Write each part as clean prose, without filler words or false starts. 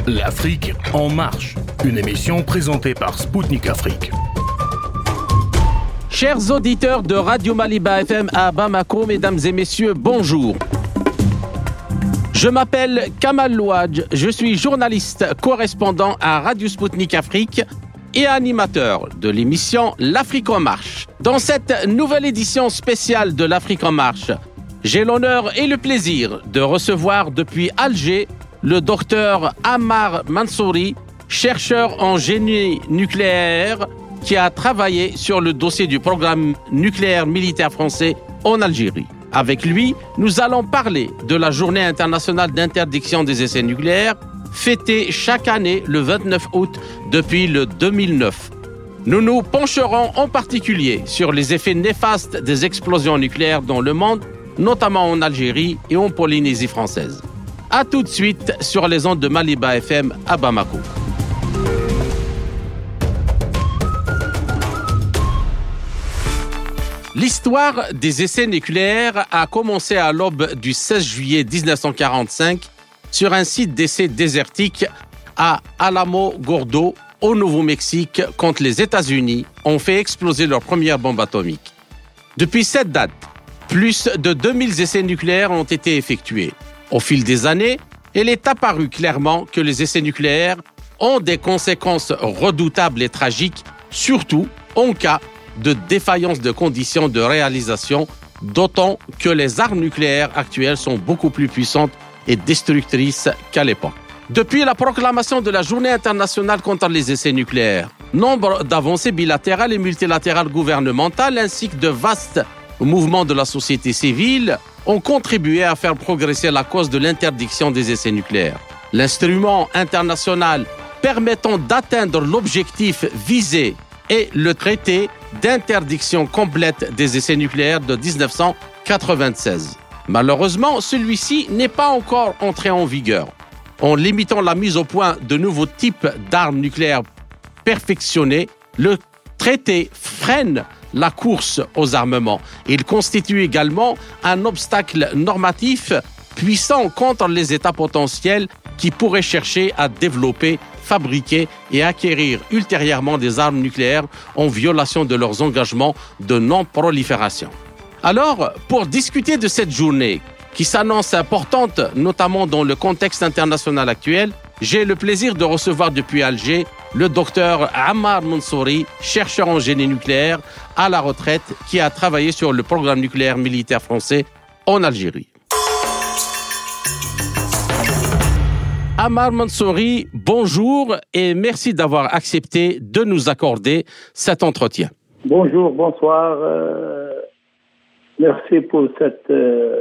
L'Afrique en marche, une émission présentée par Spoutnik Afrique. Chers auditeurs de Radio Maliba FM à Bamako, mesdames et messieurs, bonjour. Je m'appelle Kamal Louadj, je suis journaliste correspondant à Radio Spoutnik Afrique et animateur de l'émission L'Afrique en marche. Dans cette nouvelle édition spéciale de L'Afrique en marche, j'ai l'honneur et le plaisir de recevoir depuis Alger le docteur Ammar Mansouri, chercheur en génie nucléaire qui a travaillé sur le dossier du programme nucléaire militaire français en Algérie. Avec lui, nous allons parler de la Journée internationale d'interdiction des essais nucléaires, fêtée chaque année le 29 août depuis le 2009. Nous nous pencherons en particulier sur les effets néfastes des explosions nucléaires dans le monde, notamment en Algérie et en Polynésie française. À tout de suite sur les ondes de Maliba FM à Bamako. L'histoire des essais nucléaires a commencé à l'aube du 16 juillet 1945 sur un site d'essai désertique à Alamogordo, au Nouveau-Mexique, quand les États-Unis ont fait exploser leur première bombe atomique. Depuis cette date, plus de 2000 essais nucléaires ont été effectués. Au fil des années, il est apparu clairement que les essais nucléaires ont des conséquences redoutables et tragiques, surtout en cas de défaillance de conditions de réalisation, d'autant que les armes nucléaires actuelles sont beaucoup plus puissantes et destructrices qu'à l'époque. Depuis la proclamation de la Journée internationale contre les essais nucléaires, nombre d'avancées bilatérales et multilatérales gouvernementales ainsi que de vastes mouvements de la société civile ont contribué à faire progresser la cause de l'interdiction des essais nucléaires. L'instrument international permettant d'atteindre l'objectif visé est le traité d'interdiction complète des essais nucléaires de 1996. Malheureusement, celui-ci n'est pas encore entré en vigueur. En limitant la mise au point de nouveaux types d'armes nucléaires perfectionnées, le traité freine la course aux armements. Il constitue également un obstacle normatif puissant contre les États potentiels qui pourraient chercher à développer, fabriquer et acquérir ultérieurement des armes nucléaires en violation de leurs engagements de non-prolifération. Alors, pour discuter de cette journée qui s'annonce importante, notamment dans le contexte international actuel, j'ai le plaisir de recevoir depuis Alger le docteur Ammar Mansouri, chercheur en génie nucléaire à la retraite, qui a travaillé sur le programme nucléaire militaire français en Algérie. Ammar Mansouri, bonjour et merci d'avoir accepté de nous accorder cet entretien. Bonjour, bonsoir. Merci pour cette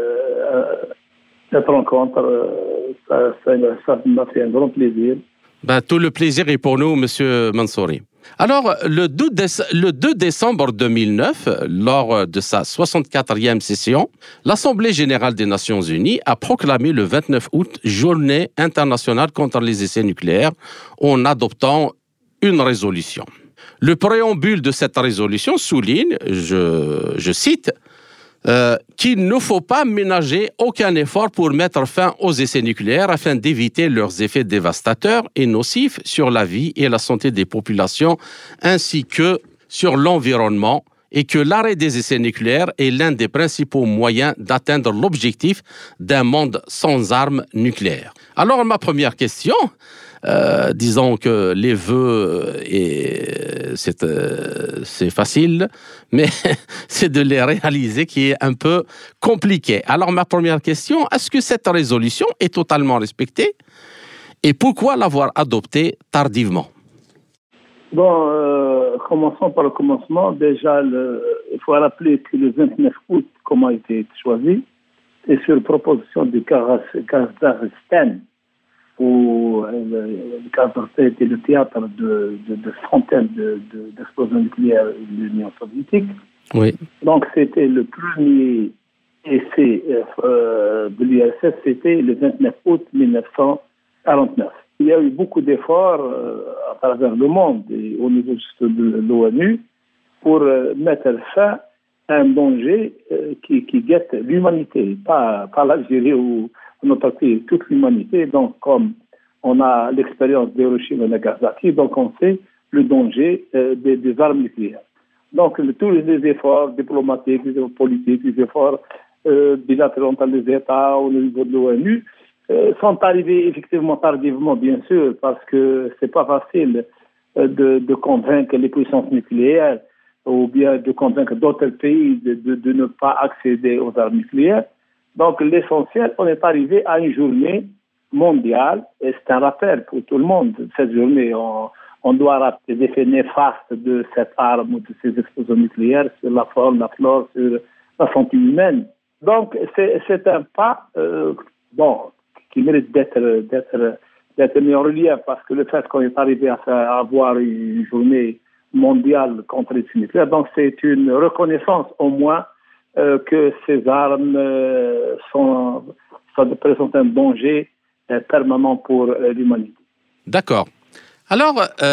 rencontre. Ça m'a fait un grand plaisir. Tout le plaisir est pour nous, Monsieur Mansouri. Alors, le 2 décembre 2009, lors de sa 64e session, l'Assemblée générale des Nations unies a proclamé le 29 août Journée internationale contre les essais nucléaires en adoptant une résolution. Le préambule de cette résolution souligne, je cite, qu'il ne faut pas ménager aucun effort pour mettre fin aux essais nucléaires afin d'éviter leurs effets dévastateurs et nocifs sur la vie et la santé des populations ainsi que sur l'environnement et que l'arrêt des essais nucléaires est l'un des principaux moyens d'atteindre l'objectif d'un monde sans armes nucléaires. Alors ma première question, disons que les vœux, c'est facile, mais c'est de les réaliser qui est un peu compliqué. Alors ma première question, est-ce que cette résolution est totalement respectée et pourquoi l'avoir adoptée tardivement? Commençons par le commencement. Déjà, il faut rappeler que le 29 août, comment a été choisi, c'est sur proposition du Kazakhstan, où le Kazakhstan était le théâtre de centaines d'explosions nucléaires de l'Union soviétique. Oui. Donc, c'était le premier essai de l'URSS, c'était le 29 août 1949. Il y a eu beaucoup d'efforts à travers le monde et au niveau de l'ONU pour mettre fin à un danger qui guette l'humanité, pas l'Algérie ou notre pays, toute l'humanité. Donc, comme On a l'expérience d'Hiroshima et Nagasaki, donc on sait le danger des armes nucléaires. Donc, tous les efforts diplomatiques, les efforts politiques, les efforts bilatéraux entre les États au niveau de l'ONU sont arrivés effectivement tardivement, bien sûr, parce que c'est pas facile de convaincre les puissances nucléaires ou bien de convaincre d'autres pays de ne pas accéder aux armes nucléaires. Donc, l'essentiel, on est arrivé à une journée mondiale, et c'est un rappel pour tout le monde. Cette journée, on doit rappeler les effets néfastes de cette arme ou de ces explosions nucléaires sur la faune, la flore, sur la santé humaine. Donc, c'est un pas qui mérite d'être mis en relief, parce que le fait qu'on est arrivé à avoir une journée mondiale contre les nucléaires, donc c'est une reconnaissance au moins que ces armes présentent un danger permanent pour l'humanité. D'accord. Alors,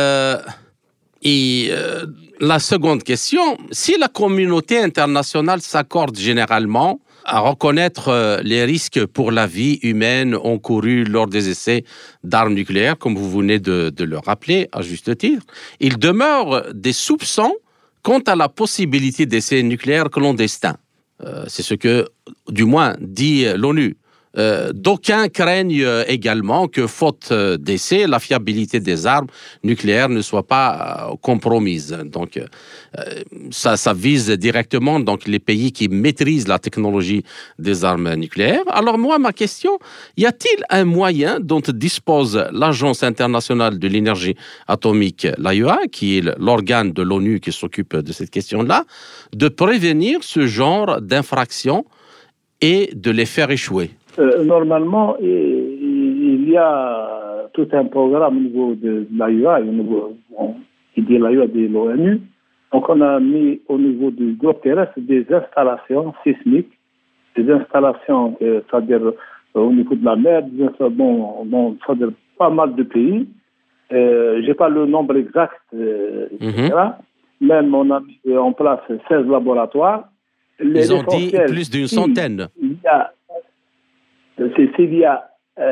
la seconde question, si la communauté internationale s'accorde généralement à reconnaître les risques pour la vie humaine encourus lors des essais d'armes nucléaires, comme vous venez de le rappeler à juste titre, il demeure des soupçons quant à la possibilité d'essais nucléaires clandestins. C'est ce que, du moins, dit l'ONU. D'aucuns craignent également que, faute d'essais, la fiabilité des armes nucléaires ne soit pas compromise. Donc, ça vise directement donc les pays qui maîtrisent la technologie des armes nucléaires. Alors moi, ma question, y a-t-il un moyen dont dispose l'Agence internationale de l'énergie atomique, l'AIEA, qui est l'organe de l'ONU qui s'occupe de cette question-là, de prévenir ce genre d'infractions et de les faire échouer? Normalement, il y a tout un programme au niveau de l'AIEA, qui dit l'AIEA de l'ONU. Donc, on a mis au niveau du globe terrestre des installations sismiques, des installations, c'est-à-dire au niveau de la mer, c'est-à-dire pas mal de pays. Je n'ai pas le nombre exact, etc. Même, on a mis en place 16 laboratoires. Ils ont dit plus d'une centaine. S'il y a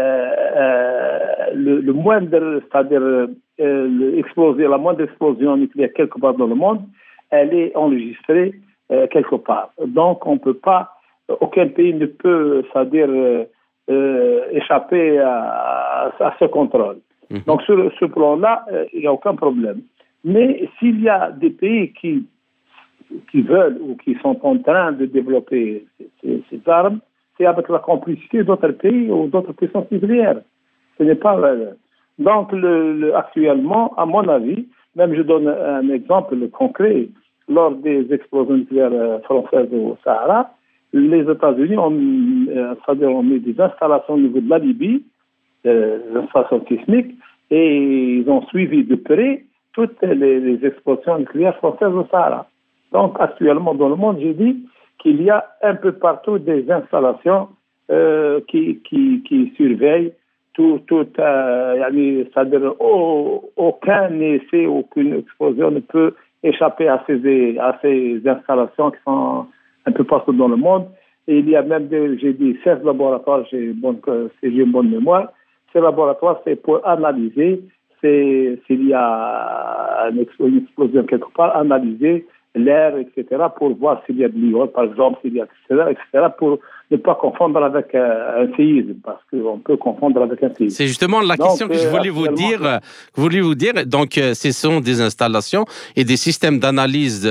le moindre, c'est-à-dire la moindre explosion nucléaire quelque part dans le monde, elle est enregistrée quelque part. Donc, on peut pas, aucun pays ne peut, c'est-à-dire échapper à ce contrôle. Donc, sur ce plan-là, il n'y a aucun problème. Mais s'il y a des pays qui veulent ou qui sont en train de développer ces armes, c'est avec la complicité d'autres pays ou d'autres puissances nucléaires. Ce n'est pas vrai. Donc, actuellement, à mon avis, même je donne un exemple concret, lors des explosions nucléaires françaises au Sahara, les États-Unis ont mis des installations au niveau de la Libye, des installations sismiques, et ils ont suivi de près toutes les explosions nucléaires françaises au Sahara. Donc, actuellement, dans le monde, j'ai dit qu'il y a un peu partout des installations qui surveillent c'est-à-dire aucun essai, aucune explosion ne peut échapper à ces installations qui sont un peu partout dans le monde. Et il y a même, j'ai dit, 16 laboratoires, si j'ai une bonne mémoire. Ces laboratoires, c'est pour analyser s'il y a une explosion quelque part, analyser l'air, etc., pour voir s'il y a de l'iode, par exemple, s'il y a, etc., pour ne pas confondre avec un séisme, parce qu'on peut confondre avec un séisme. C'est justement la question que je voulais vous dire. Donc, ce sont des installations et des systèmes d'analyse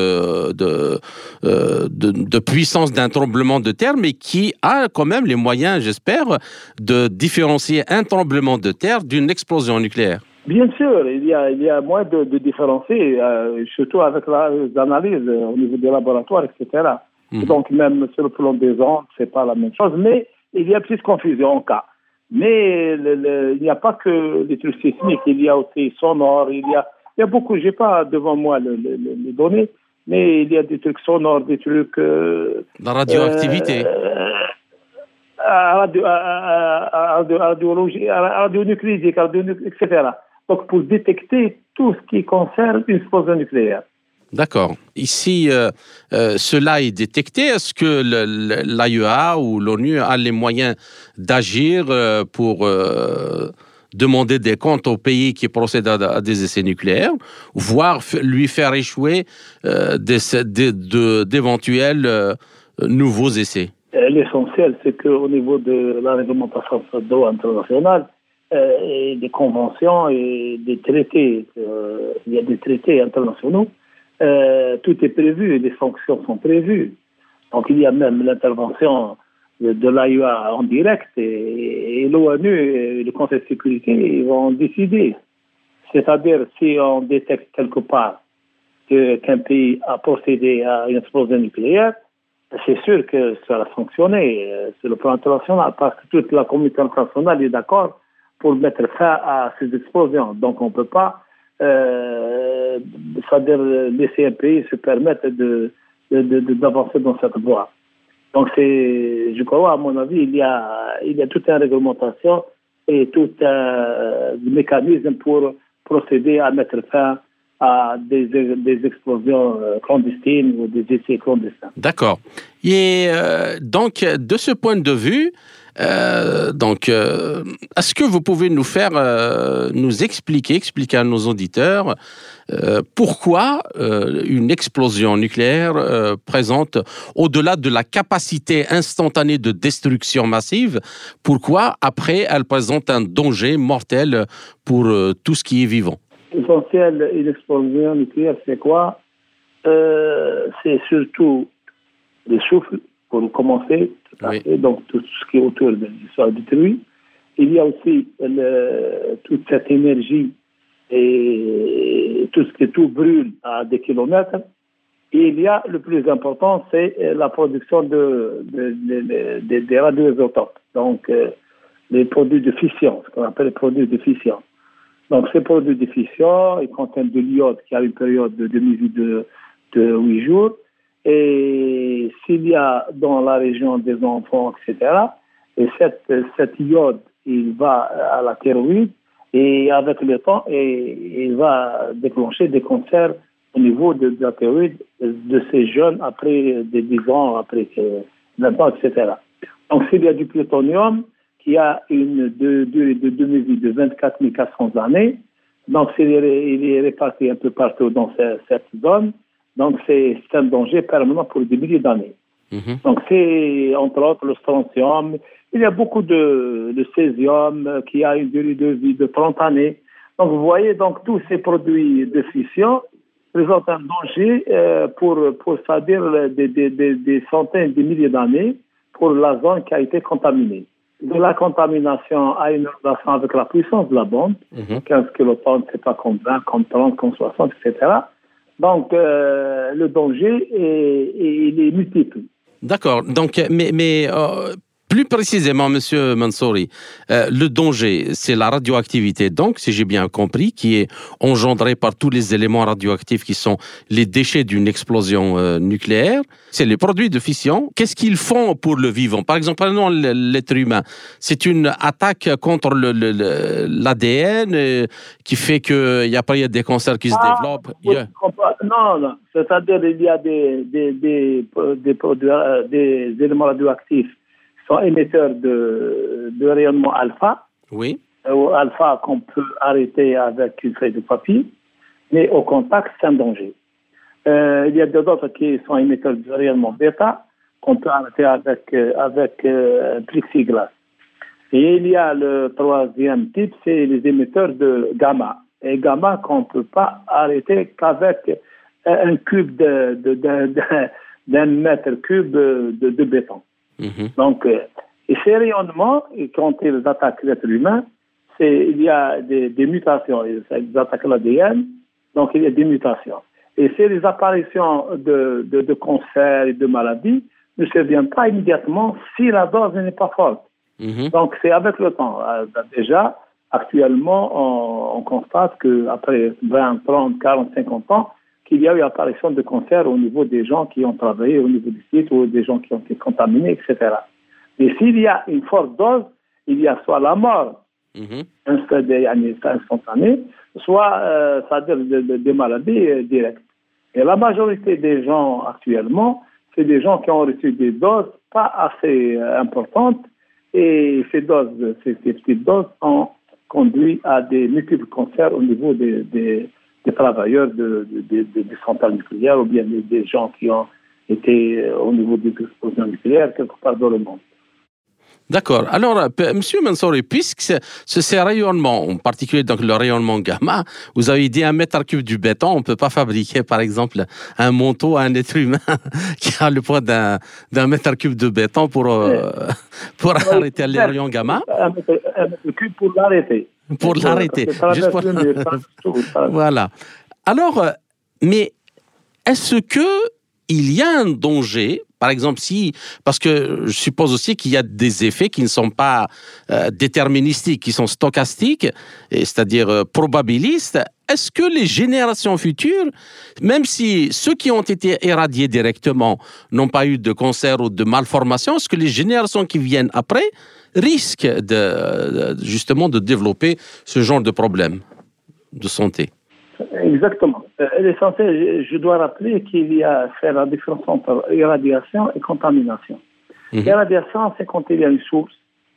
de puissance d'un tremblement de terre, mais qui a quand même les moyens, j'espère, de différencier un tremblement de terre d'une explosion nucléaire. Bien sûr, il y a moyen de différencier, surtout avec les analyses au niveau des laboratoires, etc. Donc, même sur le plan des ondes, c'est pas la même chose, mais il y a plus de confusion en cas. Mais il n'y a pas que des trucs sismiques, il y a aussi sonores, il y a beaucoup, j'ai pas devant moi les données, mais il y a des trucs sonores, des trucs... la radioactivité. Radionucléidique, etc. Donc, pour détecter tout ce qui concerne une explosion nucléaire. D'accord. Ici, cela est détecté. Est-ce que l'AIEA ou l'ONU a les moyens d'agir pour demander des comptes au pays qui procède à des essais nucléaires, voire lui faire échouer d'éventuels nouveaux essais. L'essentiel, c'est qu'au niveau de la réglementation d'eau internationale, et des conventions et des traités, il y a des traités internationaux, tout est prévu, les sanctions sont prévues. Donc il y a même l'intervention de l'AIEA en direct et l'ONU et le Conseil de sécurité ils vont décider. C'est-à-dire si on détecte quelque part qu'un pays a procédé à une explosion nucléaire, c'est sûr que ça va sanctionner sur le plan international parce que toute la communauté internationale est d'accord pour mettre fin à ces explosions. Donc on ne peut pas c'est-à-dire laisser un pays se permettre d'avancer dans cette voie. Donc je crois, à mon avis, il y a toute une réglementation et tout un mécanisme pour procéder à mettre fin à des explosions clandestines ou des essais clandestins. D'accord. Et donc, de ce point de vue, est-ce que vous pouvez nous expliquer à nos auditeurs pourquoi une explosion nucléaire présente, au-delà de la capacité instantanée de destruction massive, pourquoi après elle présente un danger mortel pour tout ce qui est vivant? L'essentiel, une explosion nucléaire, c'est quoi? C'est surtout le souffle, pour commencer, oui. Donc tout ce qui est autour de soit détruit. Il y a aussi toute cette énergie et tout brûle à des kilomètres. Et il y a le plus important, c'est la production des radioisotopes, donc les produits de fission, ce qu'on appelle les produits de fission. Donc ces produits de fission, ils contiennent de l'iode qui a une période de demi-vie de 8 jours. Et s'il y a dans la région des enfants, etc., et cet iode, il va à la thyroïde et avec le temps, il va déclencher des cancers au niveau de la thyroïde de ces jeunes après des 10 ans, après 20 ans, etc. Donc s'il y a du plutonium qui a une durée de demi-vie de 24 400 années, donc il est réparti un peu partout dans cette zone. Donc, c'est un danger permanent pour des milliers d'années. Mm-hmm. Donc, c'est, entre autres, le strontium. Il y a beaucoup de césium qui a une durée de vie de 30 années. Donc, vous voyez, donc, tous ces produits de fission présentent un danger pour c'est-à-dire des centaines, des milliers d'années pour la zone qui a été contaminée. De la contamination à une relation avec la puissance de la bombe, 15 kilotonnes, c'est pas comme 20, comme 30, comme 60, etc., donc, le danger, il est multiple. D'accord. Donc, mais plus précisément, Monsieur Mansouri, le danger, c'est la radioactivité, donc, si j'ai bien compris, qui est engendrée par tous les éléments radioactifs qui sont les déchets d'une explosion nucléaire. C'est les produits de fission. Qu'est-ce qu'ils font pour le vivant? Par exemple, prenons l'être humain. C'est une attaque contre l'ADN qui fait qu'il y a des cancers qui se développent. Oui, non. C'est-à-dire il y a des éléments radioactifs qui sont émetteurs de rayonnement alpha. Oui. Alpha qu'on peut arrêter avec une feuille de papier, mais au contact, c'est un danger. Il y a d'autres qui sont émetteurs de rayonnement bêta qu'on peut arrêter avec plexiglas. Et il y a le troisième type, c'est les émetteurs de gamma. Et gamma qu'on ne peut pas arrêter qu'avec un cube d'un mètre cube de béton. Mm-hmm. Donc, et ces rayonnements, quand ils attaquent l'être humain, il y a des mutations. Ils attaquent l'ADN, donc il y a des mutations. Et c'est les apparitions de cancers et de maladies ne surviennent pas immédiatement si la dose n'est pas forte. Mm-hmm. Donc, c'est avec le temps. Déjà, actuellement, on constate qu'après 20, 30, 40, 50 ans, qu'il y a eu apparition de cancer au niveau des gens qui ont travaillé au niveau du site ou des gens qui ont été contaminés, etc. Mais s'il y a une forte dose, il y a soit la mort instantanée, soit c'est-à-dire des maladies directes. Et la majorité des gens actuellement, c'est des gens qui ont reçu des doses pas assez importantes et ces petites doses ont conduit à des multiples cancers au niveau des travailleurs des centrales nucléaires ou bien des gens qui ont été au niveau des explosions nucléaires quelque part dans le monde. D'accord. Alors, Monsieur Mansouri, puisque ces rayonnements, en particulier donc le rayonnement gamma, vous avez dit 1 mètre cube du béton, on ne peut pas fabriquer, par exemple, un manteau à un être humain qui a le poids d'un mètre cube de béton pour arrêter les rayons gamma. 1 mètre cube pour l'arrêter. Pour l'arrêter. Juste pour... Voilà. Alors, mais est-ce que il y a un danger, par exemple, parce que je suppose aussi qu'il y a des effets qui ne sont pas déterministiques, qui sont stochastiques, c'est-à-dire probabilistes. Est-ce que les générations futures, même si ceux qui ont été irradiés directement n'ont pas eu de cancer ou de malformation, est-ce que les générations qui viennent après risquent justement de développer ce genre de problème de santé? Exactement. L'essentiel, je dois rappeler qu'il y a à faire la différence entre irradiation et contamination. L'irradiation, c'est quand il y a une source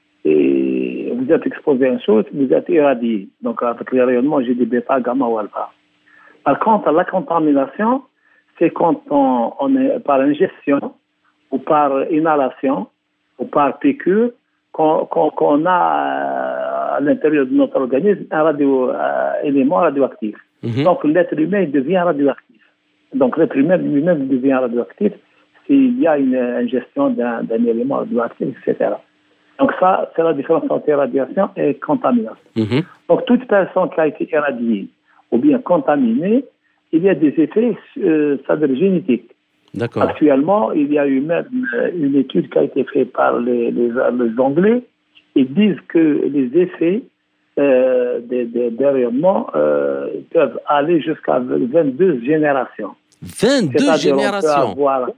et vous êtes exposé à une source, vous êtes irradié. Donc, avec les rayonnements, j'ai des bêta, gamma ou alpha. Par contre, la contamination, c'est quand on est par ingestion ou par inhalation ou par piqûre qu'on a à l'intérieur de notre organisme un élément radioactif. Donc, l'être humain devient radioactif. Donc, l'être humain lui-même devient radioactif s'il y a une ingestion d'un élément radioactif, etc. Donc, ça, c'est la différence entre irradiation et contamination. Donc, toute personne qui a été irradiée ou bien contaminée, il y a des effets génétiques. D'accord. Actuellement, il y a eu même une étude qui a été faite par les Anglais. Ils disent que les effets des rayonnements peuvent aller jusqu'à 22 générations. 22 générations. On peut avoir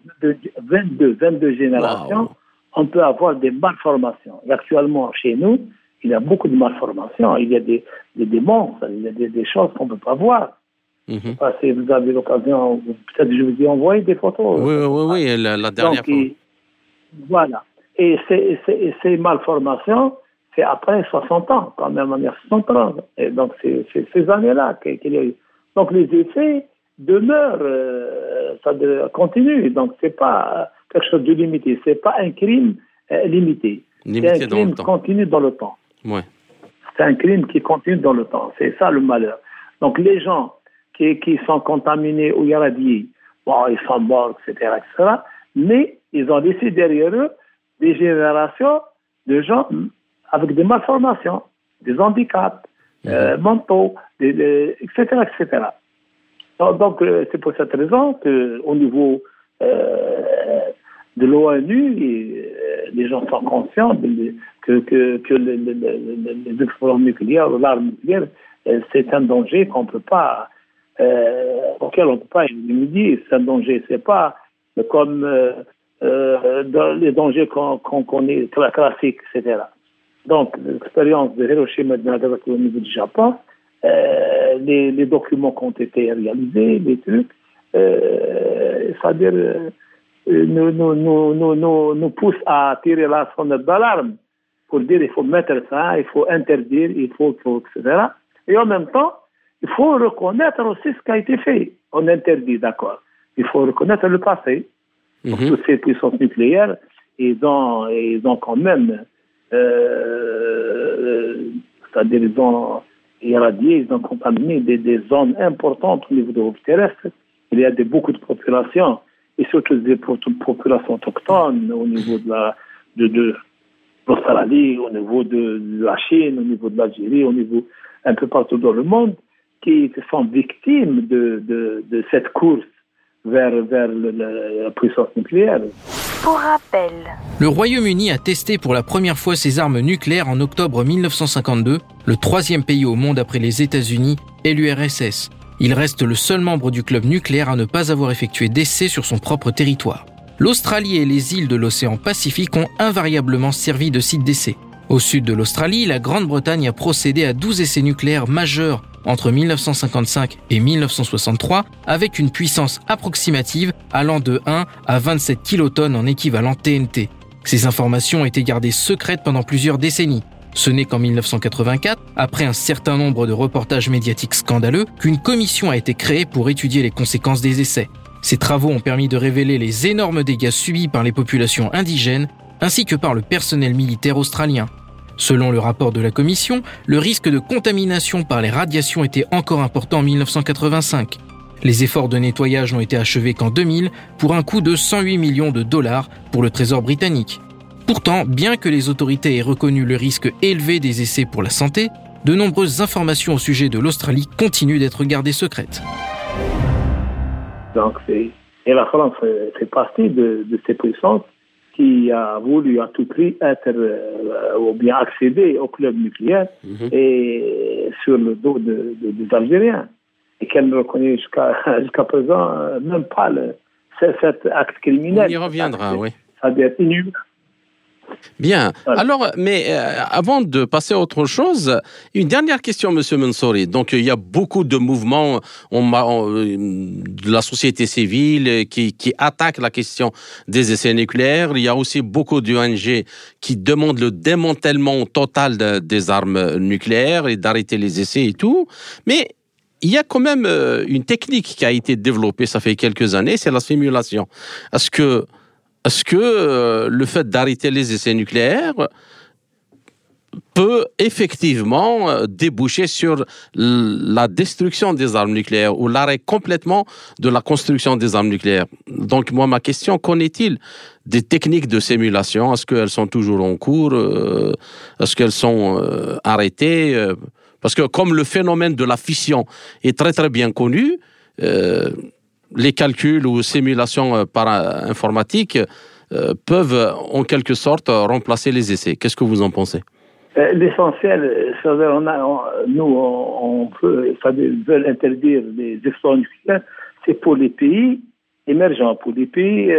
22 générations. Wow. On peut avoir des malformations. Et actuellement, chez nous, il y a beaucoup de malformations. Il y a des monstres, il y a des choses qu'on ne peut pas voir. Si vous avez l'occasion, peut-être je vous ai envoyé des photos. Oui, la dernière fois. Voilà. Et ces malformations, c'est après 60 ans, quand même, en 60 ans. Et donc, c'est ces années-là qu'il y a eu. Donc, les effets demeurent, ça continue. Donc, c'est pas quelque chose de limité. C'est pas un crime limité. C'est un crime qui continue dans le temps. Ouais. C'est un crime qui continue dans le temps. C'est ça le malheur. Donc, les gens qui sont contaminés ou irradiés, ils sont morts, etc., etc., mais ils ont laissé derrière eux des générations de gens avec des malformations, des handicaps mentaux, etc., etc. Donc, c'est pour cette raison qu'au niveau de l'ONU, les gens sont conscients que les explosions nucléaires ou l'arme nucléaire, c'est un danger qu'on peut pas, auquel on ne peut pas éliminer. C'est un danger. C'est pas comme dans les dangers qu'on connaît, classiques, etc. Donc, l'expérience de Hiroshima et de Nagasaki au niveau du Japon, les documents qui ont été réalisés, les trucs, c'est-à-dire nous poussent à tirer la sonnette d'alarme pour dire il faut mettre ça, il faut interdire, il faut etc. Et en même temps, il faut reconnaître aussi ce qui a été fait. On interdit, d'accord. Il faut reconnaître le passé. Donc, toutes ces puissances nucléaires, ils ont quand même, c'est-à-dire ils ont irradié, ils ont contaminé des zones importantes au niveau de l'Europe terrestre. Il y a beaucoup de populations, et surtout des populations autochtones au niveau de l'Australie, au niveau de la Chine, au niveau de l'Algérie, au niveau un peu partout dans le monde, qui sont victimes de cette course vers la puissance nucléaire. Pour rappel, le Royaume-Uni a testé pour la première fois ses armes nucléaires en octobre 1952, le troisième pays au monde après les États-Unis et l'URSS. Il reste le seul membre du club nucléaire à ne pas avoir effectué d'essais sur son propre territoire. L'Australie et les îles de l'océan Pacifique ont invariablement servi de site d'essai. Au sud de l'Australie, la Grande-Bretagne a procédé à 12 essais nucléaires majeurs entre 1955 et 1963, avec une puissance approximative allant de 1 à 27 kilotonnes en équivalent TNT. Ces informations ont été gardées secrètes pendant plusieurs décennies. Ce n'est qu'en 1984, après un certain nombre de reportages médiatiques scandaleux, qu'une commission a été créée pour étudier les conséquences des essais. Ces travaux ont permis de révéler les énormes dégâts subis par les populations indigènes ainsi que par le personnel militaire australien. Selon le rapport de la commission, le risque de contamination par les radiations était encore important en 1985. Les efforts de nettoyage n'ont été achevés qu'en 2000 pour un coût de 108 millions de dollars pour le Trésor britannique. Pourtant, bien que les autorités aient reconnu le risque élevé des essais pour la santé, de nombreuses informations au sujet de l'Australie continuent d'être gardées secrètes. Donc, et la France fait partie de ces puissances qui a voulu à tout prix être ou bien accéder au club nucléaire et sur le dos des Algériens. Et qu'elle ne reconnaît jusqu'à présent même pas cet acte criminel. On y reviendra, oui. Ça doit être inhumain. Bien. Voilà. Alors, mais avant de passer à autre chose, une dernière question, Monsieur Mansouri. Donc, il y a beaucoup de mouvements de la société civile qui attaquent la question des essais nucléaires. Il y a aussi beaucoup d'ONG qui demandent le démantèlement total des armes nucléaires et d'arrêter les essais et tout. Mais il y a quand même une technique qui a été développée, ça fait quelques années, c'est la simulation. Est-ce que le fait d'arrêter les essais nucléaires peut effectivement déboucher sur la destruction des armes nucléaires ou l'arrêt complètement de la construction des armes nucléaires? Donc, moi, ma question, qu'en est-il des techniques de simulation? Est-ce qu'elles sont toujours en cours? Est-ce qu'elles sont arrêtées? Parce que comme le phénomène de la fission est très, très bien connu, les calculs ou simulations par informatique peuvent en quelque sorte remplacer les essais. Qu'est-ce que vous en pensez? L'essentiel, on veut interdire les exploits nucléaires, c'est pour les pays émergents, pour les pays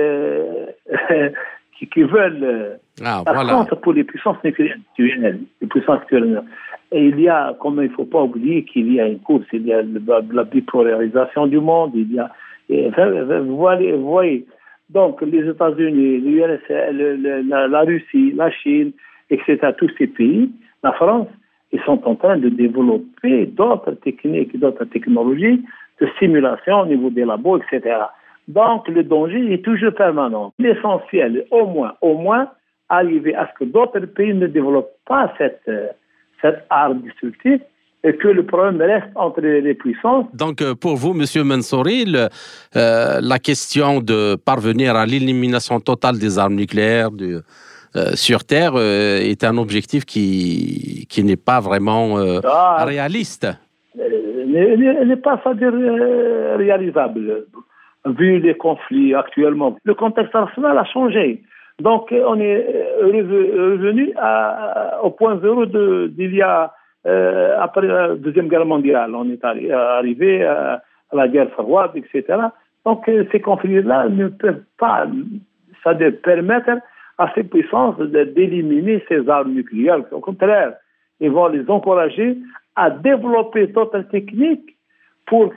qui veulent. Par contre, pour les puissances nucléaires actuelles, et il y a, comme il ne faut pas oublier qu'il y a une course, il y a la bipolarisation du monde, il y a, vous voyez, donc les États-Unis, l'URSS, la Russie, la Chine, etc., tous ces pays, la France, ils sont en train de développer d'autres techniques, d'autres technologies de simulation au niveau des labos, etc. Donc le danger est toujours permanent. L'essentiel, au moins, arriver à ce que d'autres pays ne développent pas cette arme destructive et que le problème reste entre les puissances. Donc, pour vous, M. Mansouri, la question de parvenir à l'élimination totale des armes nucléaires sur Terre est un objectif qui n'est pas vraiment réaliste. N'est pas, c'est-à-dire, réalisable, vu les conflits actuellement. Le contexte international a changé. Donc, on est revenu au point zéro d'il y a, après la Deuxième Guerre mondiale. On est arrivé à la guerre froide, etc. Donc, ces conflits-là ne peuvent pas, permettre à ces puissances d'éliminer ces armes nucléaires. Au contraire, ils vont les encourager à développer d'autres techniques pour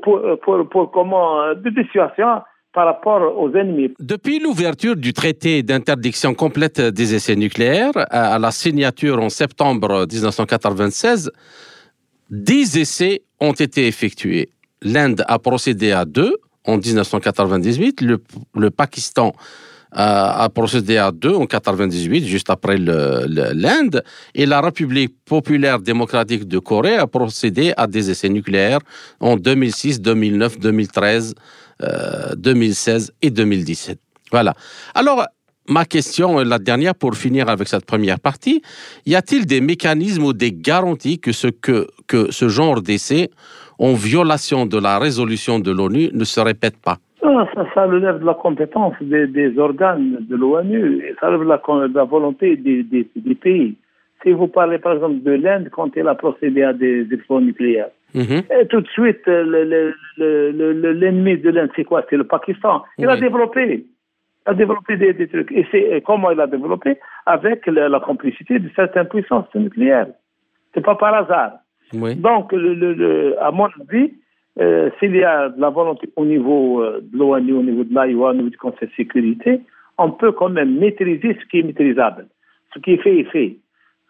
de dissuasion par rapport aux ennemis. Depuis l'ouverture du traité d'interdiction complète des essais nucléaires à la signature en septembre 1996, 10 essais ont été effectués. L'Inde a procédé à 2 en 1998, le Pakistan a procédé à 2 en 1998, juste après l'Inde, et la République populaire démocratique de Corée a procédé à des essais nucléaires en 2006, 2009, 2013, 2016 et 2017. Voilà. Alors, ma question, la dernière pour finir avec cette première partie, y a-t-il des mécanismes ou des garanties que ce genre d'essais en violation de la résolution de l'ONU ne se répète pas? Ça relève de la compétence des organes de l'ONU, ça relève de la volonté des pays. Si vous parlez par exemple de l'Inde, quand elle a procédé à des exploits nucléaires, et tout de suite, l'ennemi de l'Inde, c'est quoi? C'est le Pakistan. Il a développé des trucs. Et c'est comment il a développé? Avec la complicité de certaines puissances nucléaires. C'est pas par hasard. Oui. Donc, à mon avis, s'il y a de la volonté au niveau de l'ONU, au niveau de l'AIOA, au niveau du Conseil de sécurité, on peut quand même maîtriser ce qui est maîtrisable. Ce qui est fait est fait.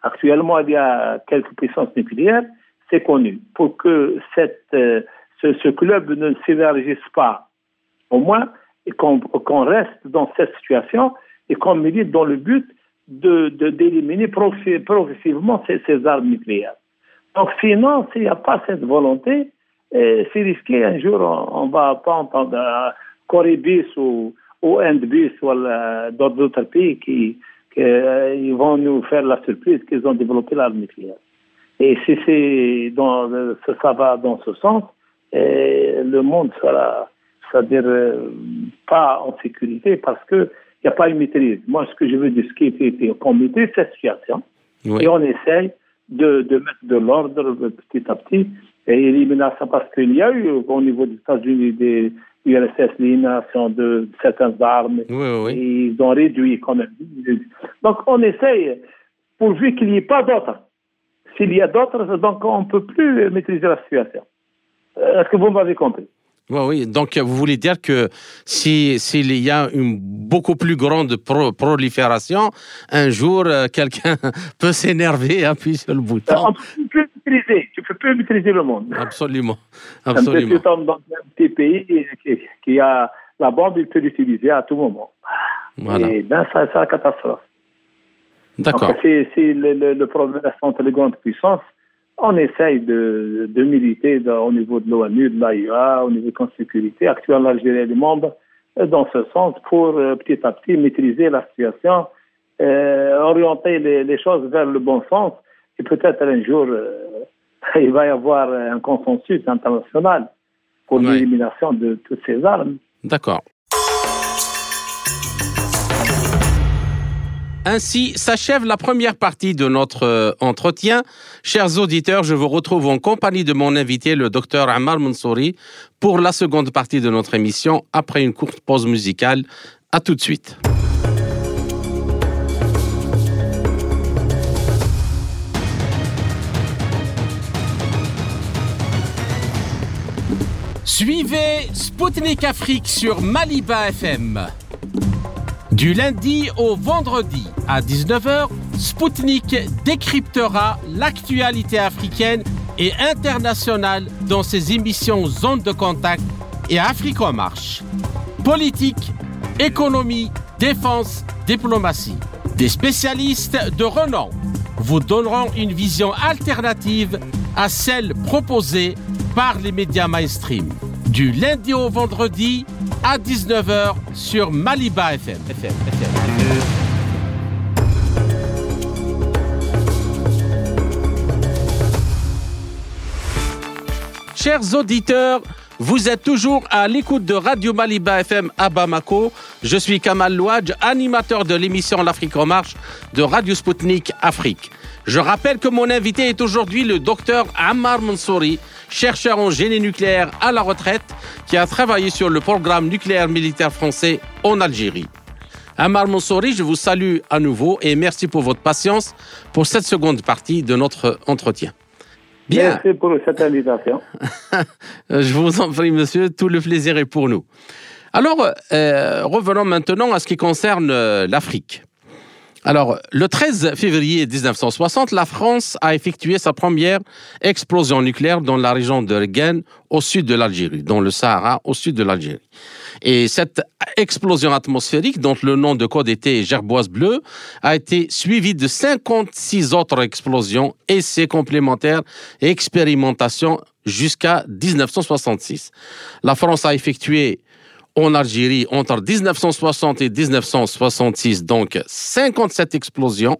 Actuellement, il y a quelques puissances nucléaires, c'est connu. Pour que ce club ne s'élargisse pas, au moins, et qu'on reste dans cette situation et qu'on milite dans le but d'éliminer progressivement ces armes nucléaires. Donc sinon, s'il n'y a pas cette volonté, c'est risqué un jour, on ne va pas entendre Corée bis ou Inde bis ou d'autres pays qui vont nous faire la surprise qu'ils ont développé l'arme nucléaire. Et si ça va dans ce sens, le monde sera, c'est-à-dire pas en sécurité parce qu'il n'y a pas une maîtrise. Moi, ce que je veux dire, c'est qu'on maîtrise cette situation et on essaye de mettre de l'ordre petit à petit et éliminer ça parce qu'il y a eu au niveau des États-Unis des URSS l'élimination de certaines armes. Oui. Et ils ont réduit quand même. Donc on essaye pourvu qu'il n'y ait pas d'autres. S'il y a d'autres, donc on ne peut plus maîtriser la situation. Est-ce que vous m'avez compris? Oui. Donc, vous voulez dire que s'il y a une beaucoup plus grande prolifération, un jour, quelqu'un peut s'énerver et appuyer sur le bouton. On ne peut plus maîtriser. Tu ne peux plus maîtriser le monde. Absolument. Un petit homme dans un petit pays qui a la bombe, il peut l'utiliser à tout moment. Voilà. Et bien, ça, c'est la catastrophe. D'accord. Donc, c'est le problème entre les grandes puissances. On essaye de militer au niveau de l'ONU, de l'AIA, au niveau de la sécurité. Actuellement, l'Algérie est membre dans ce sens pour petit à petit maîtriser la situation, orienter les choses vers le bon sens. Et peut-être un jour, il va y avoir un consensus international pour l'élimination de toutes ces armes. D'accord. Ainsi s'achève la première partie de notre entretien. Chers auditeurs, je vous retrouve en compagnie de mon invité, le docteur Ammar Mansouri, pour la seconde partie de notre émission, après une courte pause musicale. À tout de suite. Suivez Spoutnik Afrique sur Maliba FM. Du lundi au vendredi à 19h, Spoutnik décryptera l'actualité africaine et internationale dans ses émissions Zone de Contact et Afrique en Marche. Politique, économie, défense, diplomatie. Des spécialistes de renom vous donneront une vision alternative à celle proposée par les médias mainstream. Du lundi au vendredi à 19h sur Maliba FM. Chers auditeurs, vous êtes toujours à l'écoute de Radio Maliba FM à Bamako. Je suis Kamal Louadj, animateur de l'émission L'Afrique en marche de Radio Spoutnik Afrique. Je rappelle que mon invité est aujourd'hui le docteur Ammar Mansouri, chercheur en génie nucléaire à la retraite, qui a travaillé sur le programme nucléaire militaire français en Algérie. Ammar Mansouri, je vous salue à nouveau et merci pour votre patience pour cette seconde partie de notre entretien. Bien. Merci pour cette invitation. Je vous en prie, monsieur, tout le plaisir est pour nous. Alors, revenons maintenant à ce qui concerne l'Afrique. Alors, le 13 février 1960, la France a effectué sa première explosion nucléaire dans la région de Regen, au sud de l'Algérie, dans le Sahara, au sud de l'Algérie. Et cette explosion atmosphérique, dont le nom de code était Gerboise bleue, a été suivie de 56 autres explosions, essais complémentaires et expérimentations jusqu'à 1966. La France a effectué en Algérie, entre 1960 et 1966, donc 57 explosions,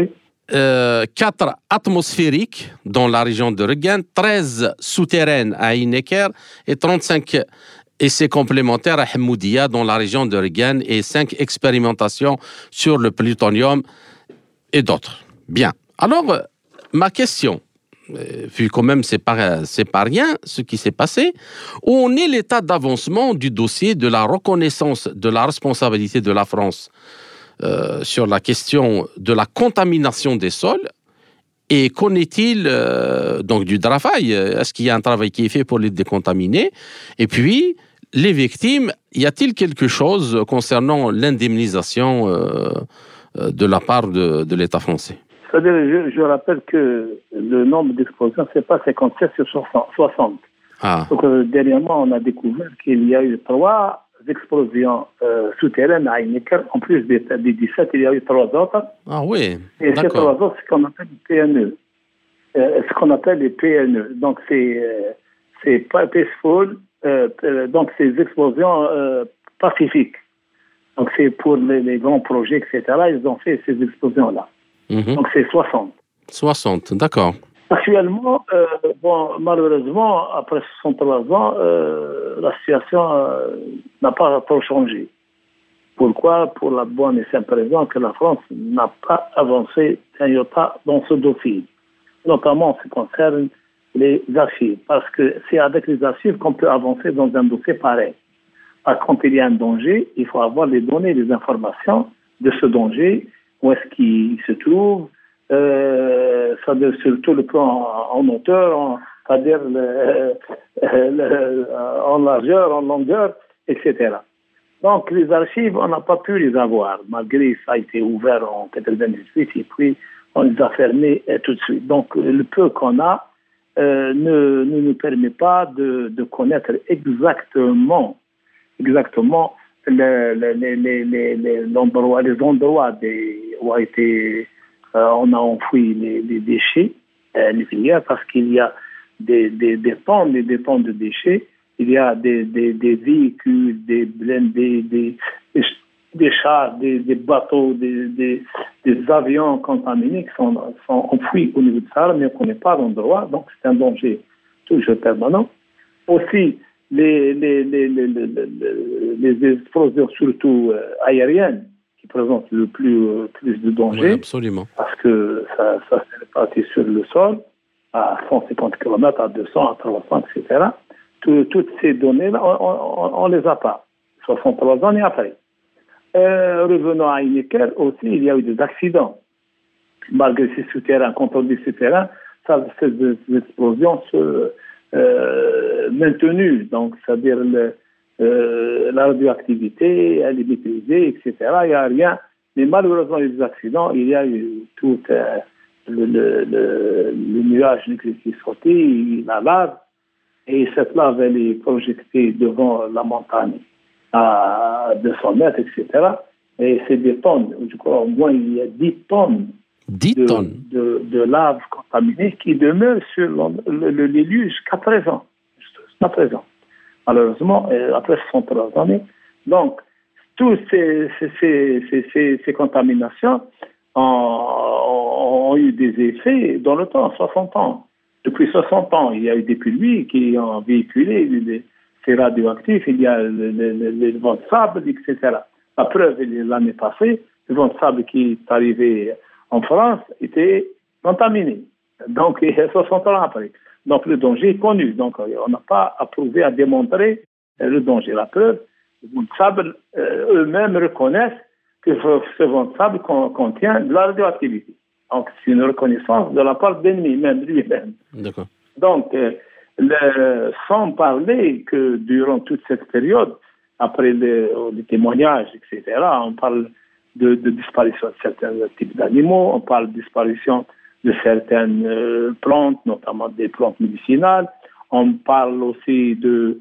4 atmosphériques dans la région de Regen, 13 souterraines à Ineker et 35 essais complémentaires à Hamoudia dans la région de Regen et 5 expérimentations sur le plutonium et d'autres. Bien. Alors, ma question, vu quand même c'est pas rien ce qui s'est passé, où en est l'état d'avancement du dossier de la reconnaissance de la responsabilité de la France sur la question de la contamination des sols, et qu'en est-il donc du travail? Est-ce qu'il y a un travail qui est fait pour les décontaminer? Et puis, les victimes, y a-t-il quelque chose concernant l'indemnisation de la part de l'État français? C'est-à-dire, je rappelle que le nombre d'explosions, c'est pas 57 sur 60. Ah, Donc, dernièrement, on a découvert qu'il y a eu 3 explosions souterraines à Heinecker. En plus des 17, il y a eu 3 autres. ah oui, Et ces 3 d'accord. autres, c'est ce qu'on appelle les PNE. Ce qu'on appelle les PNE. Donc, c'est pas peaceful. Donc, c'est des explosions pacifiques. Donc, c'est pour les grands projets, etc. Ils ont fait ces explosions-là. Mhm. Donc, c'est 60. 60, d'accord. Actuellement, malheureusement, après 63 ans, la situation n'a pas trop changé. Pourquoi? Pour la bonne et simple raison que la France n'a pas avancé un iota dans ce dossier, notamment en ce qui concerne les archives, parce que c'est avec les archives qu'on peut avancer dans un dossier pareil. Quand il y a un danger, il faut avoir les données, les informations de ce danger, où est-ce qu'il se trouve, c'est-à-dire surtout le plan en hauteur, c'est-à-dire en largeur, en longueur, etc. Donc les archives, on n'a pas pu les avoir, malgré ça a été ouvert en 98 et puis on les a fermés tout de suite. Donc le peu qu'on a ne nous permet pas de connaître exactement les endroits où a été on a enfoui les déchets nucléaires, parce qu'il y a des tonnes et des tonnes de déchets. Il y a des véhicules, des blindés, des chars, des bateaux, des avions contaminés qui sont enfouis au niveau de ça, mais on ne connaît pas l'endroit, donc c'est un danger toujours permanent. Aussi, les explosions, surtout aériennes, qui présentent le plus de danger, Oui, absolument. parce que ça s'est réparti sur le sol, à 150 km, à 200, à 300, etc. Toutes ces données-là, on ne les a pas. 63 ans et après. Revenons à Heinecker, aussi, il y a eu des accidents. Malgré ces souterrains, quand on dit souterrains, ces explosions se maintenues. Donc, c'est-à-dire la radioactivité, elle est maîtrisée, etc. Il n'y a rien. Mais malheureusement, il y a des accidents. Il y a eu tout le nuage nucléaire qui est sorti, la lave. Et cette lave, elle est projetée devant la montagne à 200 mètres, etc. Et c'est des tonnes, je crois au moins il y a 10 tonnes, 10 tonnes de lave contaminée qui demeurent sur les lieux jusqu'à présent. Malheureusement, après 63 années. Donc, toutes ces contaminations ont eu des effets dans le temps, 60 ans. Depuis 60 ans, il y a eu des pluies qui ont véhiculé ces radioactifs, il y a les vents de sable, etc. La preuve, l'année passée, le vent de sable qui est arrivé en France était contaminé. Donc, il y a 60 ans après. Donc, le danger est connu. Donc, on n'a pas approuvé à démontrer le danger. La preuve, les vents de sable eux-mêmes reconnaissent que ce vent de sable contient de la radioactivité. Donc, c'est une reconnaissance de la part de l'ennemi, même lui-même. D'accord. Donc, sans parler que durant toute cette période, après les témoignages, etc., on parle de disparition de certains types d'animaux, on parle de disparition de certaines plantes, notamment des plantes médicinales, on parle aussi de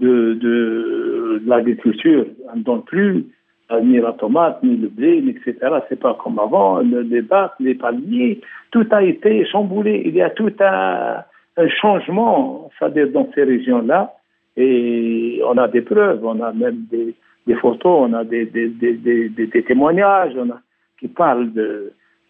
l'agriculture, on ne donne plus ni la tomate, ni le blé, etc. C'est pas comme avant, les dattes, les palmiers, tout a été chamboulé. Il y a tout un changement, c'est-à-dire dans ces régions-là, et on a des preuves, on a même des photos, on a des témoignages, qui parlent de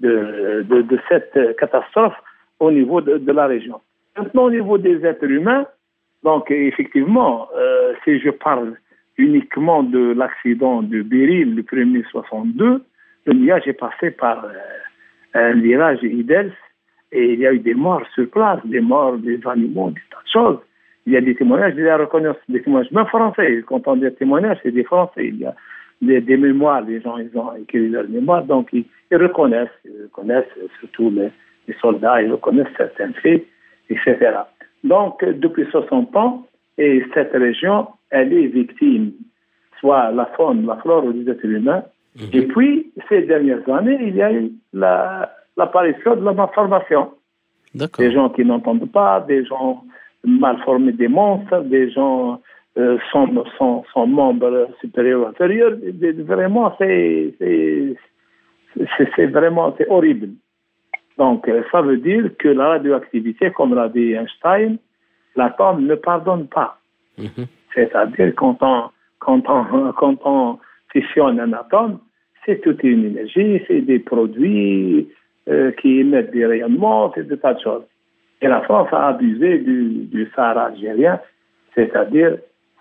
cette catastrophe au niveau de la région. Maintenant, au niveau des êtres humains, donc effectivement, si je parle uniquement de l'accident de Beryl, le 1er 62, le nuage est passé par un virage Idels et il y a eu des morts sur place, des morts des animaux, des tas de choses. Il y a des témoignages, il y a des témoignages, même français. Quand on dit témoignages, c'est des français. Il y a des mémoires, les gens ils ont écrit leurs mémoires, donc ils reconnaissent surtout les soldats, ils reconnaissent certains faits, etc. Donc, depuis 60 ans, et cette région, elle est victime, soit la faune, la flore des êtres humains. Et puis, ces dernières années, il y a eu l'apparition de la malformation. D'accord. Des gens qui n'entendent pas, des gens mal formés, des monstres, des gens sans membres supérieurs ou inférieurs. Vraiment, c'est horrible. Donc, ça veut dire que la radioactivité, comme l'a dit Einstein, l'atome ne pardonne pas. Mhm. C'est-à-dire, quand on fissionne un atome, c'est toute une énergie, c'est des produits qui émettent des rayonnements, c'est des tas de choses. Et la France a abusé du Sahara algérien, c'est-à-dire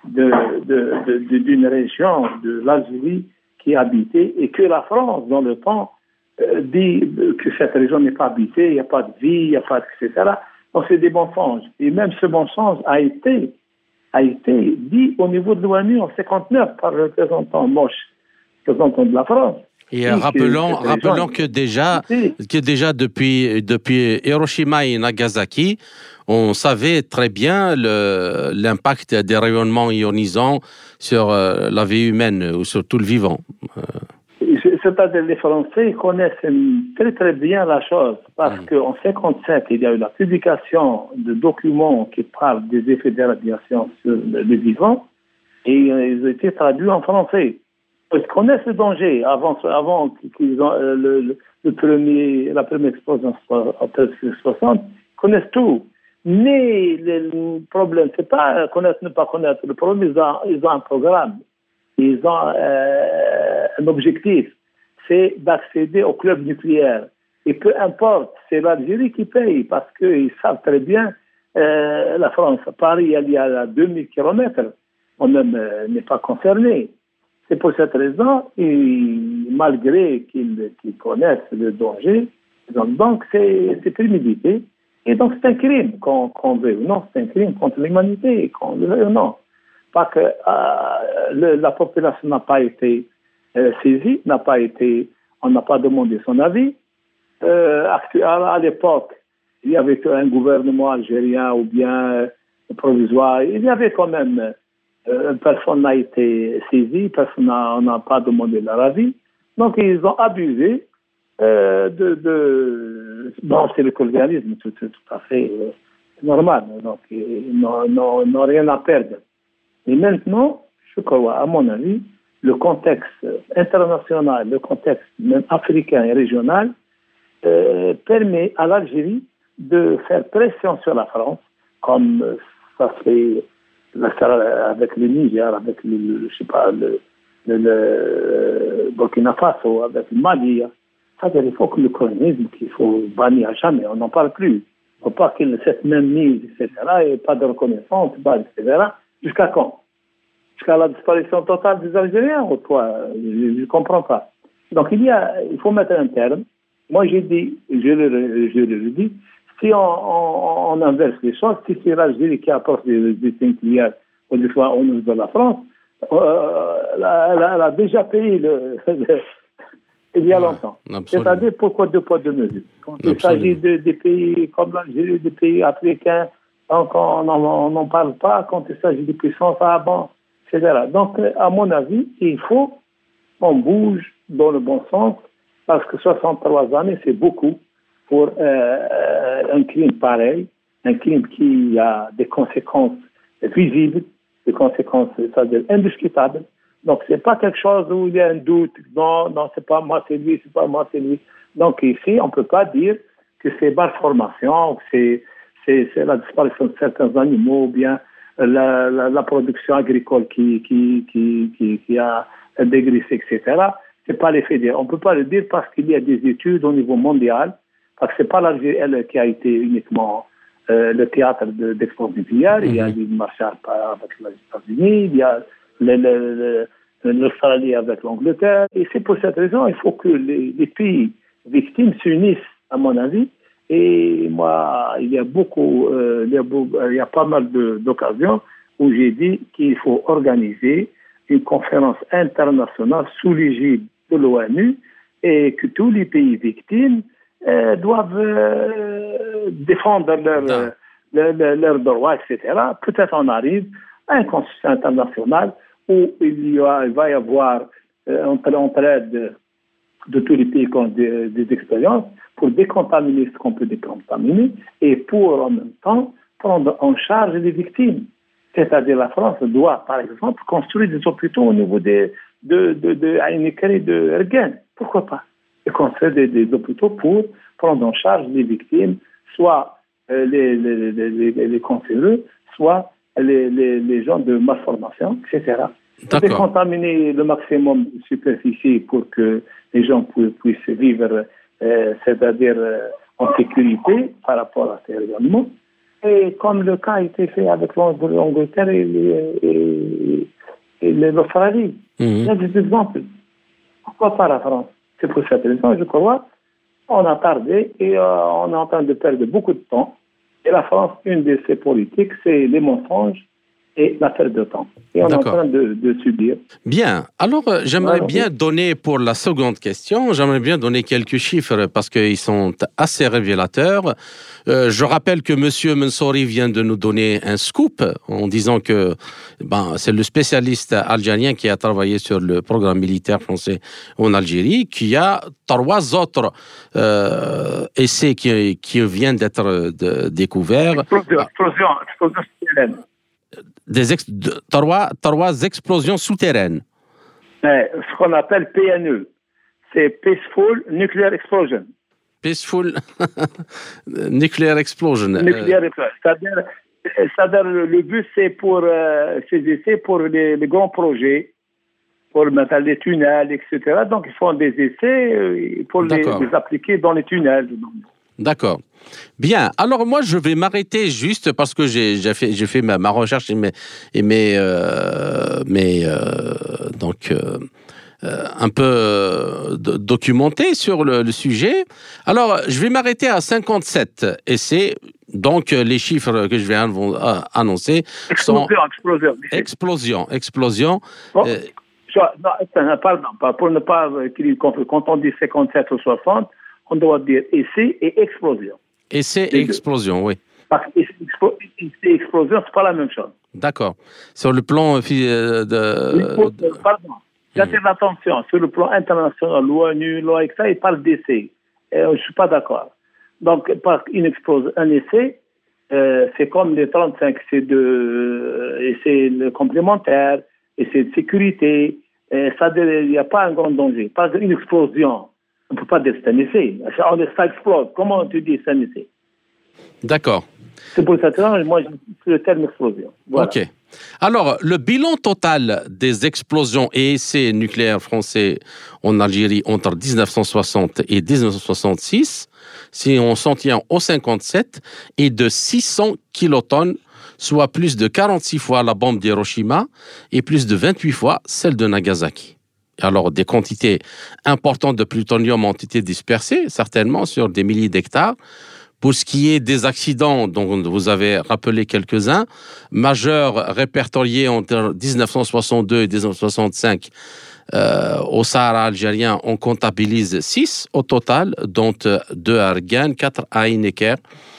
d'une région de l'Algérie qui est habitée et que la France, dans le temps, dit que cette région n'est pas habitée, il n'y a pas de vie, il n'y a pas de, etc. Donc c'est des mensonges. Et même ce mensonge a été dit au niveau de l'ONU en 1959 par le représentant de la France. Et rappelons que déjà depuis Hiroshima et Nagasaki, on savait très bien l'impact des rayonnements ionisants sur la vie humaine ou sur tout le vivant. C'est-à-dire les Français connaissent très très bien la chose parce qu'en 1957, il y a eu la publication de documents qui parlent des effets des radiations sur le vivant et ils ont été traduits en français. Ils connaissent le danger avant qu'ils ont la première explosion en 1960. Ils connaissent tout. Mais le problème, c'est pas connaître, ne pas connaître. Le problème, ils ont un programme. Ils ont un objectif. C'est d'accéder au club nucléaire. Et peu importe, c'est l'Algérie qui paye parce qu'ils savent très bien la France. Paris, il y a 2000 kilomètres. On n'est pas concerné. C'est pour cette raison, et malgré qu'ils connaissent le danger, donc c'est prémédité. Et donc c'est un crime, qu'on veut ou non, c'est un crime contre l'humanité, qu'on le veut ou non. Parce que la population n'a pas été saisie, on n'a pas demandé son avis. À l'époque, il y avait un gouvernement algérien ou bien provisoire, il y avait quand même... personne n'a été saisi, personne n'a pas demandé leur avis. Donc, ils ont abusé Bon, c'est le colonialisme, tout à fait normal. Donc, ils n'ont rien à perdre. Et maintenant, je crois, à mon avis, le contexte international, le contexte même africain et régional permet à l'Algérie de faire pression sur la France, comme ça se fait avec le Niger, avec le Burkina Faso, avec le Mali. C'est-à-dire qu'il faut que le colonialisme, qu'il faut bannir à jamais, on n'en parle plus. Il ne faut pas qu'il y ait cette même mise, etc., et pas de reconnaissance, etc. Jusqu'à quand? Jusqu'à la disparition totale des Algériens ou quoi? Je ne comprends pas. Donc il faut mettre un terme. Moi j'ai dit, je le dis, si on inverse les choses, si c'est l'Algérie qui apporte des nucléaires au niveau de la France, elle a déjà payé il y a longtemps. C'est-à-dire pourquoi deux poids, deux mesures. Quand il s'agit des pays comme l'Algérie, des pays africains, donc on n'en parle pas. Quand il s'agit des puissances arabes, etc. Donc, à mon avis, il faut qu'on bouge dans le bon sens, parce que 63 années, c'est beaucoup pour un crime pareil, un crime qui a des conséquences visibles, des conséquences, c'est-à-dire indiscutables. Donc, c'est pas quelque chose où il y a un doute. Non, c'est pas moi, c'est lui, c'est pas moi, c'est lui. Donc, ici, on peut pas dire que c'est malformation, que c'est la disparition de certains animaux, ou bien la production agricole qui a dégraissé, etc. C'est pas l'effet direct. On peut pas le dire parce qu'il y a des études au niveau mondial, parce que c'est pas l'Algérie, elle, qui a été uniquement le théâtre d'explosion nucléaire. Il y a eu Marshall avec les États-Unis, il y a l'Australie avec l'Angleterre. Et c'est pour cette raison qu'il faut que les pays victimes s'unissent, à mon avis. Et moi, il y a pas mal d'occasions où j'ai dit qu'il faut organiser une conférence internationale sous l'égide de l'ONU et que tous les pays victimes doivent défendre leurs droits, etc. Peut-être on arrive à un consensus international où il va y avoir entraide de tous les pays qui ont des expériences pour décontaminer ce qu'on peut décontaminer et pour en même temps prendre en charge les victimes. C'est-à-dire la France doit, par exemple, construire des hôpitaux au niveau de Aïn-Ekar et de Ergen. Pourquoi pas? Et construire des hôpitaux pour prendre en charge les victimes, soit les cancéreux, soit les gens de malformation, etc. Décontaminer le maximum de superficie pour que les gens puissent vivre, c'est-à-dire en sécurité par rapport à ces rayonnements. Et comme le cas a été fait avec l'Angleterre et l'Australie. Il y a des exemples. Pourquoi pas la France? C'est pour cette raison, je crois, on a tardé et on est en train de perdre beaucoup de temps. Et la France, une de ses politiques, c'est les mensonges et la perte de temps. Et on est en train de subir. Bien. Alors, j'aimerais bien donner, pour la seconde question, j'aimerais bien donner quelques chiffres parce qu'ils sont assez révélateurs. Je rappelle que M. Mansouri vient de nous donner un scoop en disant que c'est le spécialiste algérien qui a travaillé sur le programme militaire français en Algérie, qui a 3 autres essais qui viennent d'être découverts. Explosion souterraine. 3 explosions souterraines. Ce qu'on appelle PNE, c'est Peaceful Nuclear Explosion. Peaceful Nuclear Explosion. C'est-à-dire le but, c'est pour ces essais pour les grands projets, pour mettre les tunnels, etc. Donc, ils font des essais pour les appliquer dans les tunnels. D'accord. Bien. Alors moi, je vais m'arrêter juste parce que j'ai fait ma recherche un peu documenté sur le sujet. Alors, je vais m'arrêter à 57 essais. Donc, les chiffres que je vais annoncer sont... Explosion. Bon, pardon, pour ne pas... Quand on dit 57 ou 60, on doit dire essai et explosion. Essai et explosion, oui. Parce que essai et explosion, c'est pas la même chose. D'accord. Sur le plan Pardon. J'attire l'attention. Sur le plan international, l'ONU, l'OICA, ils parlent d'essai. Je ne suis pas d'accord. Donc, un essai, c'est comme les 35 essais complémentaires, essais de sécurité. Il n'y a pas un grand danger. Pas une explosion. On ne peut pas dire que c'est un essai. Ça explose. Comment tu dis c'est un essai? D'accord. C'est pour ça que moi, j'ai le terme explosion. Voilà. OK. Alors, le bilan total des explosions et essais nucléaires français en Algérie entre 1960 et 1966, si on s'en tient au 57, est de 600 kilotonnes, soit plus de 46 fois la bombe d'Hiroshima et plus de 28 fois celle de Nagasaki. Alors, des quantités importantes de plutonium ont été dispersées, certainement sur des milliers d'hectares. Pour ce qui est des accidents, dont vous avez rappelé quelques-uns, majeurs répertoriés entre 1962 et 1965, au Sahara algérien, on comptabilise 6 au total, dont 2 à Ergen, 4 à Aïn-Ekar.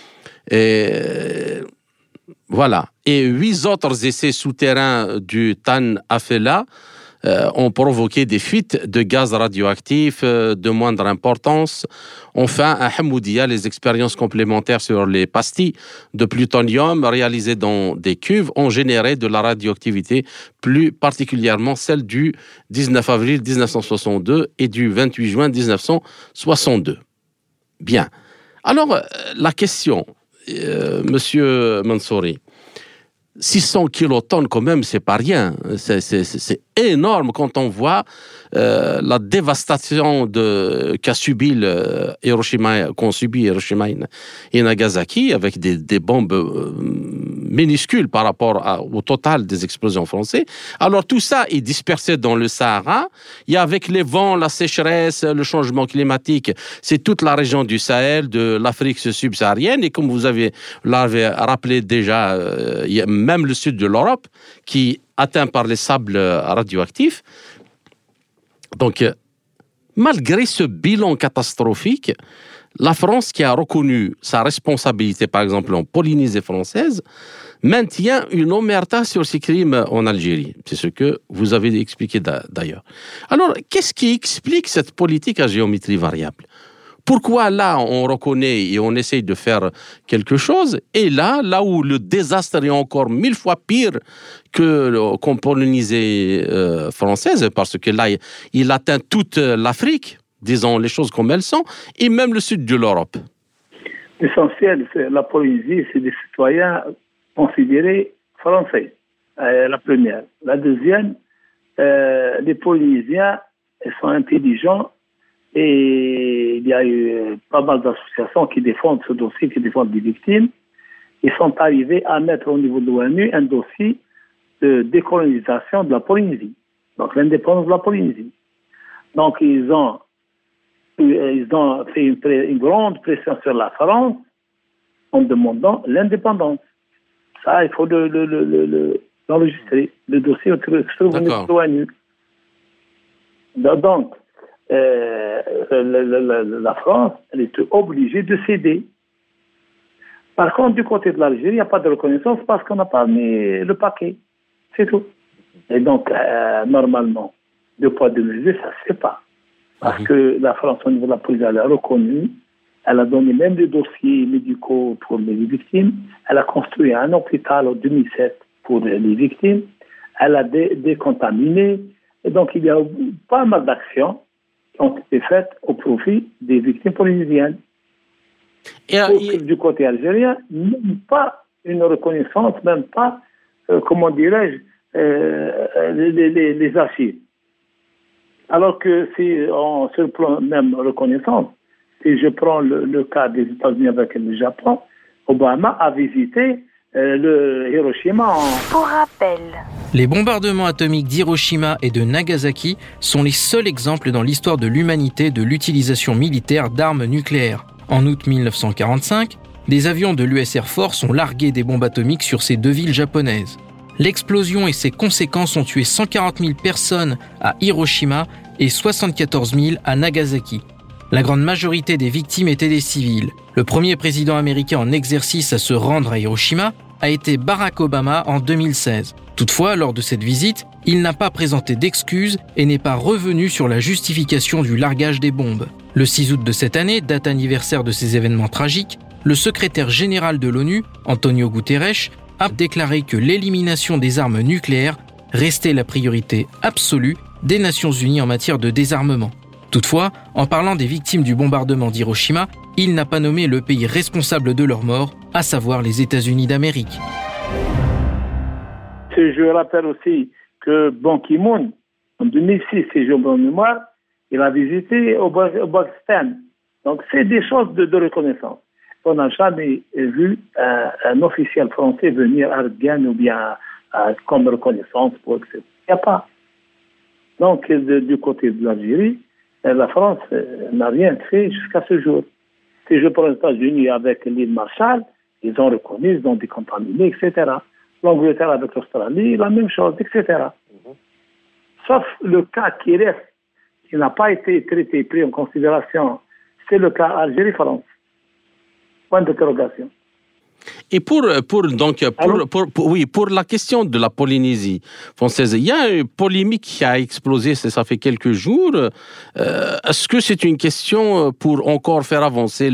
Et voilà. Et 8 autres essais souterrains du Tan Afella ont provoqué des fuites de gaz radioactifs de moindre importance. Enfin, à Hamoudia, les expériences complémentaires sur les pastilles de plutonium réalisées dans des cuves ont généré de la radioactivité, plus particulièrement celle du 19 avril 1962 et du 28 juin 1962. Bien. Alors, la question, Monsieur Mansouri, 600 kilotonnes, quand même, c'est pas rien. C'est énorme quand on voit la dévastation qu'ont subi Hiroshima et Nagasaki avec des bombes minuscules par rapport au total des explosions françaises. Alors tout ça est dispersé dans le Sahara. Il y a avec les vents, la sécheresse, le changement climatique, c'est toute la région du Sahel, de l'Afrique subsaharienne. Et comme vous l'avez rappelé déjà, il y a même le sud de l'Europe qui atteint par les sables radioactifs. Donc, malgré ce bilan catastrophique, la France, qui a reconnu sa responsabilité, par exemple en Polynésie française, maintient une omerta sur ces crimes en Algérie. C'est ce que vous avez expliqué d'ailleurs. Alors, qu'est-ce qui explique cette politique à géométrie variable ? Pourquoi là, on reconnaît et on essaye de faire quelque chose, et là où le désastre est encore 1000 fois pire qu'en Polynésie française, parce que là, il atteint toute l'Afrique, disons les choses comme elles sont, et même le sud de l'Europe. L'essentiel, c'est la Polynésie, c'est des citoyens considérés français, la première. La deuxième, les Polynésiens sont intelligents et il y a eu pas mal d'associations qui défendent ce dossier, qui défendent les victimes. Ils sont arrivés à mettre au niveau de l'ONU un dossier de décolonisation de la Polynésie, donc l'indépendance de la Polynésie. Donc ils ont fait une grande pression sur la France en demandant l'indépendance. Ça, il faut l'enregistrer. Le dossier se trouve au niveau de l'ONU. Donc, la France, elle est obligée de céder. Par contre, du côté de l'Algérie, il n'y a pas de reconnaissance parce qu'on n'a pas mis le paquet. C'est tout. Et donc, normalement, deux poids, deux mesures, ça ne se fait pas. Parce que la France, au niveau de la police, elle a reconnu, elle a donné même des dossiers médicaux pour les victimes, elle a construit un hôpital en 2007 pour les victimes, elle a décontaminé, et donc il y a pas mal d'actions qui ont été faites au profit des victimes polynésiennes. Du côté algérien, même pas une reconnaissance, même pas, comment dirais-je, les archives. Alors que sur le plan même reconnaissance, si je prends le cas des États-Unis avec le Japon, Obama a visité le Hiroshima. Pour rappel, les bombardements atomiques d'Hiroshima et de Nagasaki sont les seuls exemples dans l'histoire de l'humanité de l'utilisation militaire d'armes nucléaires. En août 1945, des avions de l'US Air Force ont largué des bombes atomiques sur ces deux villes japonaises. L'explosion et ses conséquences ont tué 140 000 personnes à Hiroshima et 74 000 à Nagasaki. La grande majorité des victimes étaient des civils. Le premier président américain en exercice à se rendre à Hiroshima a été Barack Obama en 2016. Toutefois, lors de cette visite, il n'a pas présenté d'excuses et n'est pas revenu sur la justification du largage des bombes. Le 6 août de cette année, date anniversaire de ces événements tragiques, le secrétaire général de l'ONU, Antonio Guterres, a déclaré que l'élimination des armes nucléaires restait la priorité absolue des Nations Unies en matière de désarmement. Toutefois, en parlant des victimes du bombardement d'Hiroshima, il n'a pas nommé le pays responsable de leur mort, à savoir les États-Unis d'Amérique. Je rappelle aussi que Ban Ki-moon, en 2006, si j'ai bonne mémoire, il a visité au Pakistan. Donc, c'est des choses de reconnaissance. On n'a jamais vu un officiel français venir à Afghan ou bien comme reconnaissance pour etc. Il n'y a pas. Donc, du côté de l'Algérie, la France n'a rien fait jusqu'à ce jour. Si je prends les États-Unis avec l'île Marshall, ils ont reconnu, ils ont décontaminé, etc. L'Angleterre avec l'Australie, la même chose, etc. Sauf le cas qui reste, qui n'a pas été traité, pris en considération, c'est le cas Algérie-France. Point d'interrogation. Et pour la question de la Polynésie française, il y a une polémique qui a explosé, ça fait quelques jours. Est-ce que c'est une question pour encore faire avancer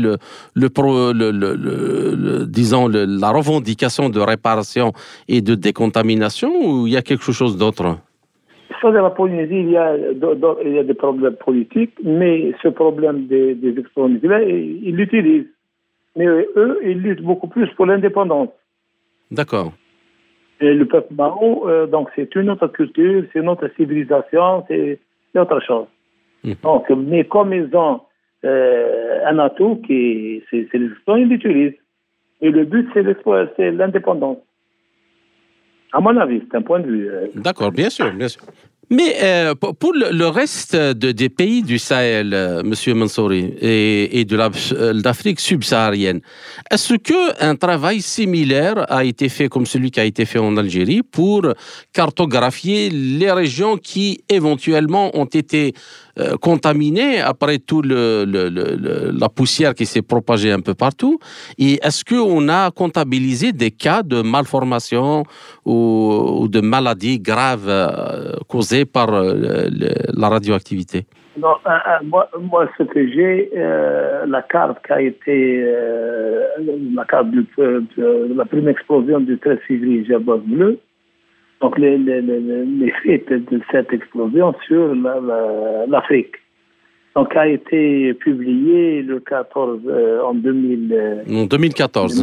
la revendication de réparation et de décontamination, ou il y a quelque chose d'autre? Sur la Polynésie, il y a des problèmes politiques, mais ce problème des explosions nucléaires, ils l'utilisent. Mais eux, ils luttent beaucoup plus pour l'indépendance. D'accord. Et le peuple Mao, donc c'est une autre culture, c'est une autre civilisation, c'est autre chose. Donc, mais comme ils ont un atout c'est l'explosion, ils l'utilisent. Et le but, c'est l'indépendance. À mon avis, c'est un point de vue. D'accord, bien sûr, bien sûr. Mais pour le reste des pays du Sahel, Monsieur Mansouri, et de l'Afrique subsaharienne, est-ce qu'un travail similaire a été fait comme celui qui a été fait en Algérie pour cartographier les régions qui éventuellement ont été contaminés après tout la poussière qui s'est propagée un peu partout. Et est-ce qu'on a comptabilisé des cas de malformation ou de maladies graves causées par la radioactivité? Non, moi, ce que j'ai, la carte qui a été la carte de la première explosion du 13 février Jabos Bleu, donc les faits de cette explosion sur l'Afrique. Donc, a été publié le 14 en 2014.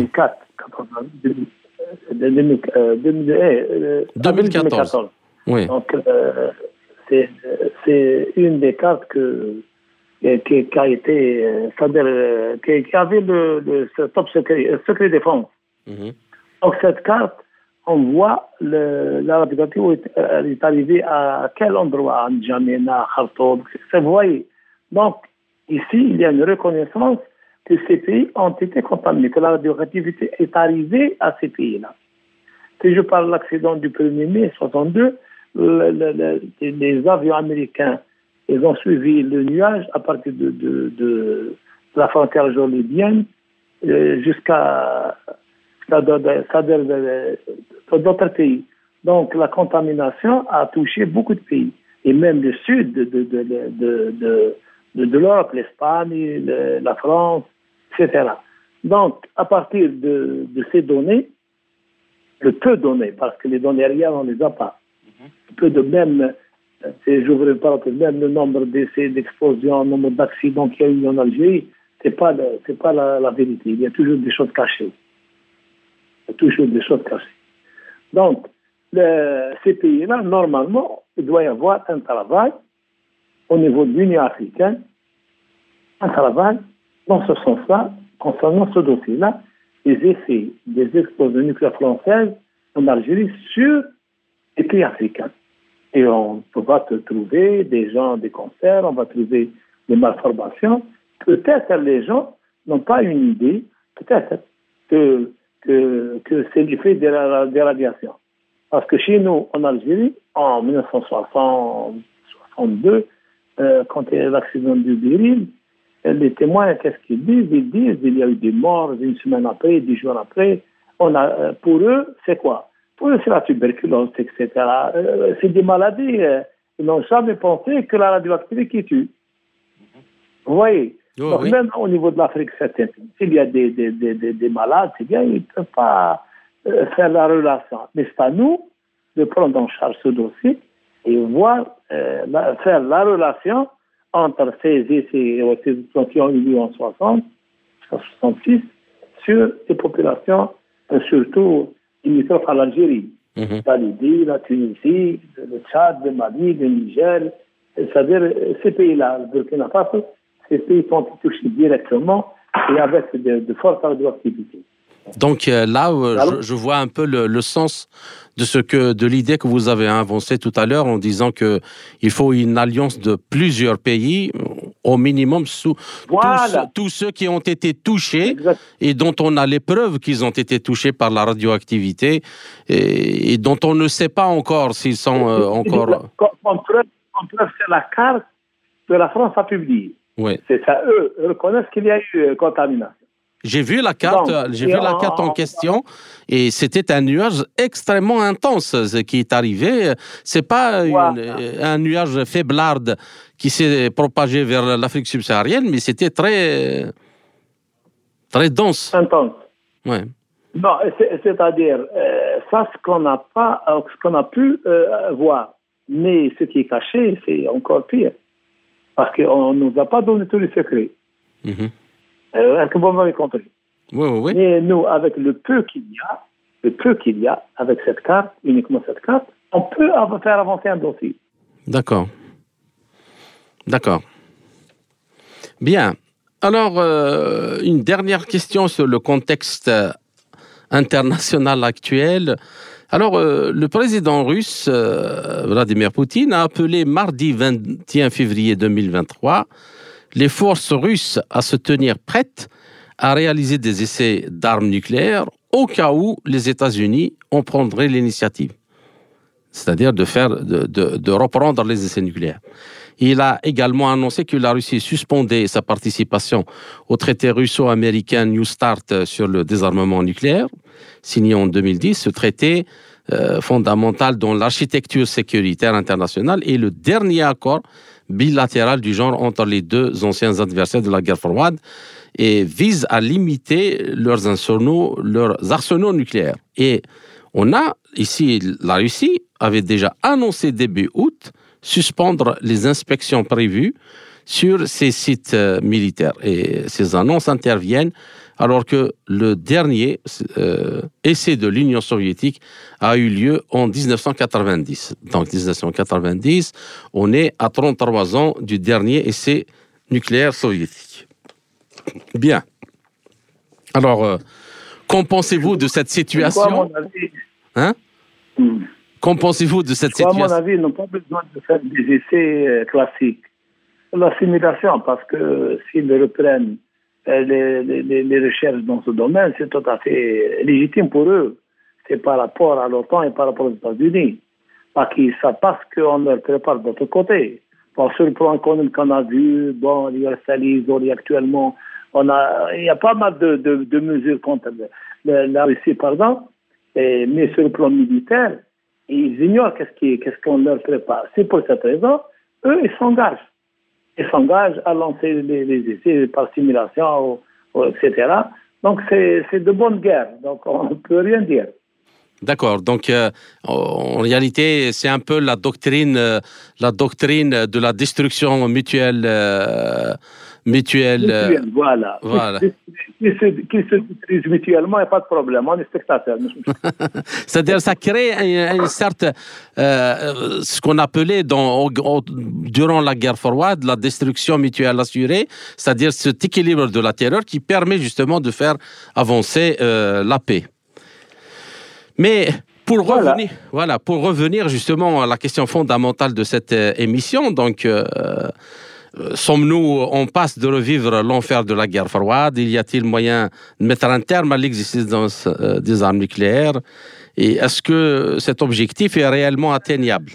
2014. Oui. Donc, c'est une des cartes qui a été, c'est-à-dire, qui avait le top secret défense. Mm-hmm. Donc, cette carte, on voit la radioactivité est arrivée à quel endroit? À N'Djamena, Khartoum, vous voyez. Donc, ici, il y a une reconnaissance que ces pays ont été contaminés, que la radioactivité est arrivée à ces pays-là. Si je parle de l'accident du 1er mai 62, les avions américains, ils ont suivi le nuage à partir de la frontière libyenne jusqu'à d'autres pays. Donc la contamination a touché beaucoup de pays, et même le sud de l'Europe, l'Espagne, la France, etc. Donc à partir de ces données, le peu de données, parce que les données réelles, on ne les a pas. Peu de même, j'ouvre pas même le nombre d'essais, d'explosions, le nombre d'accidents qu'il y a eu en Algérie, c'est pas la vérité. Il y a toujours des choses cachées. Donc, ces pays-là, normalement, il doit y avoir un travail au niveau de l'Union africaine, un travail dans ce sens-là, concernant ce dossier-là, les effets des explosions nucléaires françaises en Algérie sur les pays africains. Et on va trouver des gens, des cancers, on va trouver des malformations. Peut-être les gens n'ont pas une idée, peut-être que c'est l'effet des radiations. Parce que chez nous, en Algérie, en 1962, quand il y a eu l'accident du Biril, les témoins, qu'est-ce qu'ils disent? Ils disent qu'il y a eu des morts une semaine après, 10 jours après. Pour eux, c'est quoi? Pour eux, c'est la tuberculose, etc. C'est des maladies. Ils n'ont jamais pensé que la radioactivité qui tue. Vous voyez? Oh, donc, oui. Même au niveau de l'Afrique, s'il y a des malades, c'est bien, ils ne peuvent pas faire la relation. Mais c'est à nous de prendre en charge ce dossier et faire la relation entre ces essais qui ont eu lieu en 60, en 66, sur les populations, surtout limitrophes à l'Algérie. La Libye, la Tunisie, le Tchad, le Mali, le Niger, c'est-à-dire ces pays-là, le Burkina Faso, ces pays sont touchés directement et avec de fortes radioactivités. Donc là, je vois un peu le sens de l'idée que vous avez avancée tout à l'heure en disant que il faut une alliance de plusieurs pays, au minimum tous ceux qui ont été touchés et dont on a les preuves qu'ils ont été touchés par la radioactivité et dont on ne sait pas encore s'ils sont encore... On preuve, c'est la carte que la France a publiée. Oui. C'est ça, eux reconnaissent qu'il y a eu contamination. J'ai vu la carte, en question et c'était un nuage extrêmement intense qui est arrivé. C'est pas un nuage faiblarde qui s'est propagé vers l'Afrique subsaharienne, mais c'était très dense. Intense. Ouais. Non, c'est-à-dire ça, ce qu'on a pu voir, mais ce qui est caché, c'est encore pire, parce qu'on nous a pas donné tous les secrets. Est-ce que vous m'avez compris? Oui. Mais nous, avec le peu qu'il y a, avec cette carte, uniquement cette carte, on peut faire avancer un dossier. D'accord. Bien. Alors, une dernière question sur le contexte international actuel. Alors, le président russe, Vladimir Poutine, a appelé mardi 21 février 2023 les forces russes à se tenir prêtes à réaliser des essais d'armes nucléaires au cas où les États-Unis en prendraient l'initiative. c'est-à-dire de reprendre les essais nucléaires. Il a également annoncé que la Russie suspendait sa participation au traité russo-américain New Start sur le désarmement nucléaire, signé en 2010. Ce traité fondamental dans l'architecture sécuritaire internationale est le dernier accord bilatéral du genre entre les deux anciens adversaires de la guerre froide et vise à limiter leurs arsenaux nucléaires. Et on a ici, la Russie avait déjà annoncé début août suspendre les inspections prévues sur ces sites militaires. Et ces annonces interviennent alors que le dernier essai de l'Union soviétique a eu lieu en 1990. Donc 1990, on est à 33 ans du dernier essai nucléaire soviétique. Bien. Alors, qu'en pensez-vous de cette situation ? Qu'en pensez-vous de cette situation ? À mon avis, ils n'ont pas besoin de faire des essais classiques. La simulation, parce que s'ils reprennent les recherches dans ce domaine, c'est tout à fait légitime pour eux. C'est par rapport à l'OTAN et par rapport aux États-Unis. Parce qu'ils savent pas ce qu'on leur prépare de l'autre côté. Sur le plan économique qu'on a vu, il y a Salisbury actuellement, il y a pas mal de mesures contre la Russie, mais sur le plan militaire, ils ignorent qu'est-ce qu'on leur prépare. C'est pour cette raison, eux, ils s'engagent. Ils s'engagent à lancer les essais par simulation, etc. Donc, c'est de bonne guerre. Donc, on ne peut rien dire. D'accord. Donc, en réalité, c'est un peu la doctrine de la destruction mutuelle. Voilà. Qu'ils se détruisent mutuellement, il n'y a pas de problème. On est spectateurs. C'est-à-dire, ça crée une certaine, ce qu'on appelait durant la guerre froide, la destruction mutuelle assurée, c'est-à-dire cet équilibre de la terreur qui permet justement de faire avancer la paix. Mais pour revenir justement à la question fondamentale de cette émission, donc sommes-nous en passe de revivre l'enfer de la guerre froide? Y a-t-il moyen de mettre un terme à l'existence des armes nucléaires? Et est-ce que cet objectif est réellement atteignable?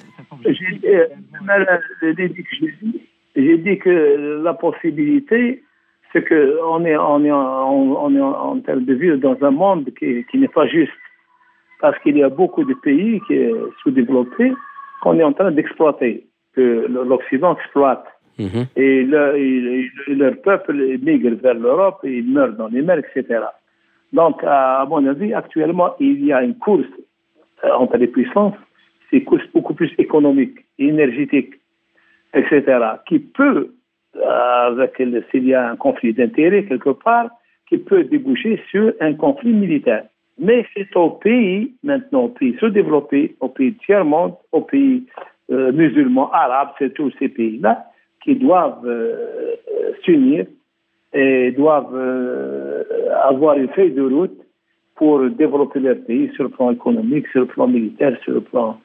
J'ai dit que la possibilité, c'est qu'on est en train de vivre dans un monde qui n'est pas juste. Parce qu'il y a beaucoup de pays qui sont sous-développés qu'on est en train d'exploiter, que l'Occident exploite. Mm-hmm. Et leur peuple migre vers l'Europe et ils meurent dans les mers, etc. Donc, à mon avis, actuellement, il y a une course entre les puissances, c'est une course beaucoup plus économique, énergétique, etc., qui peut, s'il y a un conflit d'intérêts quelque part, qui peut déboucher sur un conflit militaire. Mais c'est aux pays, maintenant, aux pays sous-développés, aux pays tiers-monde, aux pays musulmans, arabes, c'est tous ces pays-là, qui doivent s'unir et doivent avoir une feuille de route pour développer leur pays sur le plan économique, sur le plan militaire, sur le plan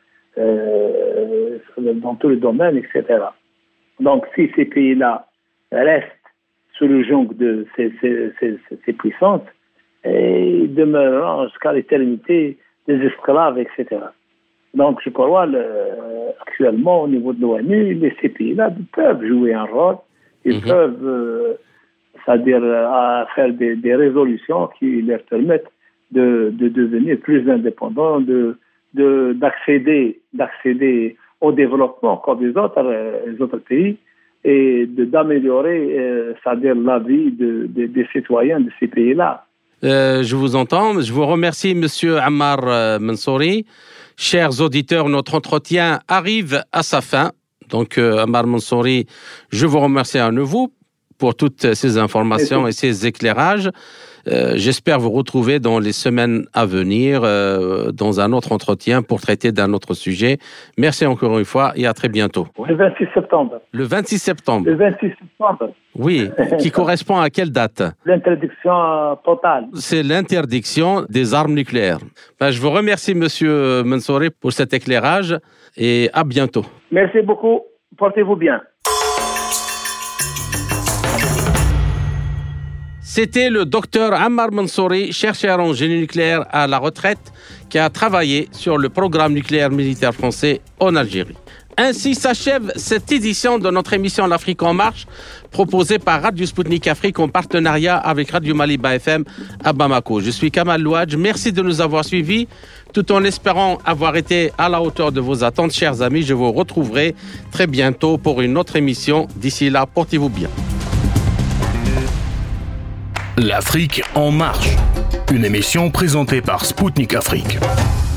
dans tous les domaines, etc. Donc, si ces pays-là restent sous le joug de ces puissances, et ils demeureront jusqu'à l'éternité des esclaves, etc. Donc, je crois actuellement, au niveau de l'ONU, ces pays-là peuvent jouer un rôle. Ils peuvent, c'est-à-dire faire des résolutions qui leur permettent de devenir plus indépendants, d'accéder au développement comme les autres pays et d'améliorer, c'est-à-dire la vie des citoyens de ces pays-là. Je vous entends. Je vous remercie, Monsieur Ammar Mansouri. Chers auditeurs, notre entretien arrive à sa fin. Donc, Ammar Mansouri, je vous remercie à nouveau pour toutes ces informations et ces éclairages. J'espère vous retrouver dans les semaines à venir dans un autre entretien pour traiter d'un autre sujet. Merci encore une fois et à très bientôt. Le 26 septembre. Le 26 septembre. Le 26 septembre. Oui, qui correspond à quelle date? L'interdiction totale. C'est l'interdiction des armes nucléaires. Je vous remercie, Monsieur Mansouri, pour cet éclairage et à bientôt. Merci beaucoup. Portez-vous bien. C'était le docteur Ammar Mansouri, chercheur en génie nucléaire à la retraite, qui a travaillé sur le programme nucléaire militaire français en Algérie. Ainsi s'achève cette édition de notre émission L'Afrique en marche, proposée par Radio Sputnik Afrique en partenariat avec Radio Maliba FM à Bamako. Je suis Kamal Louadj. Merci de nous avoir suivis. Tout en espérant avoir été à la hauteur de vos attentes, chers amis, je vous retrouverai très bientôt pour une autre émission. D'ici là, portez-vous bien. L'Afrique en marche, une émission présentée par Sputnik Afrique.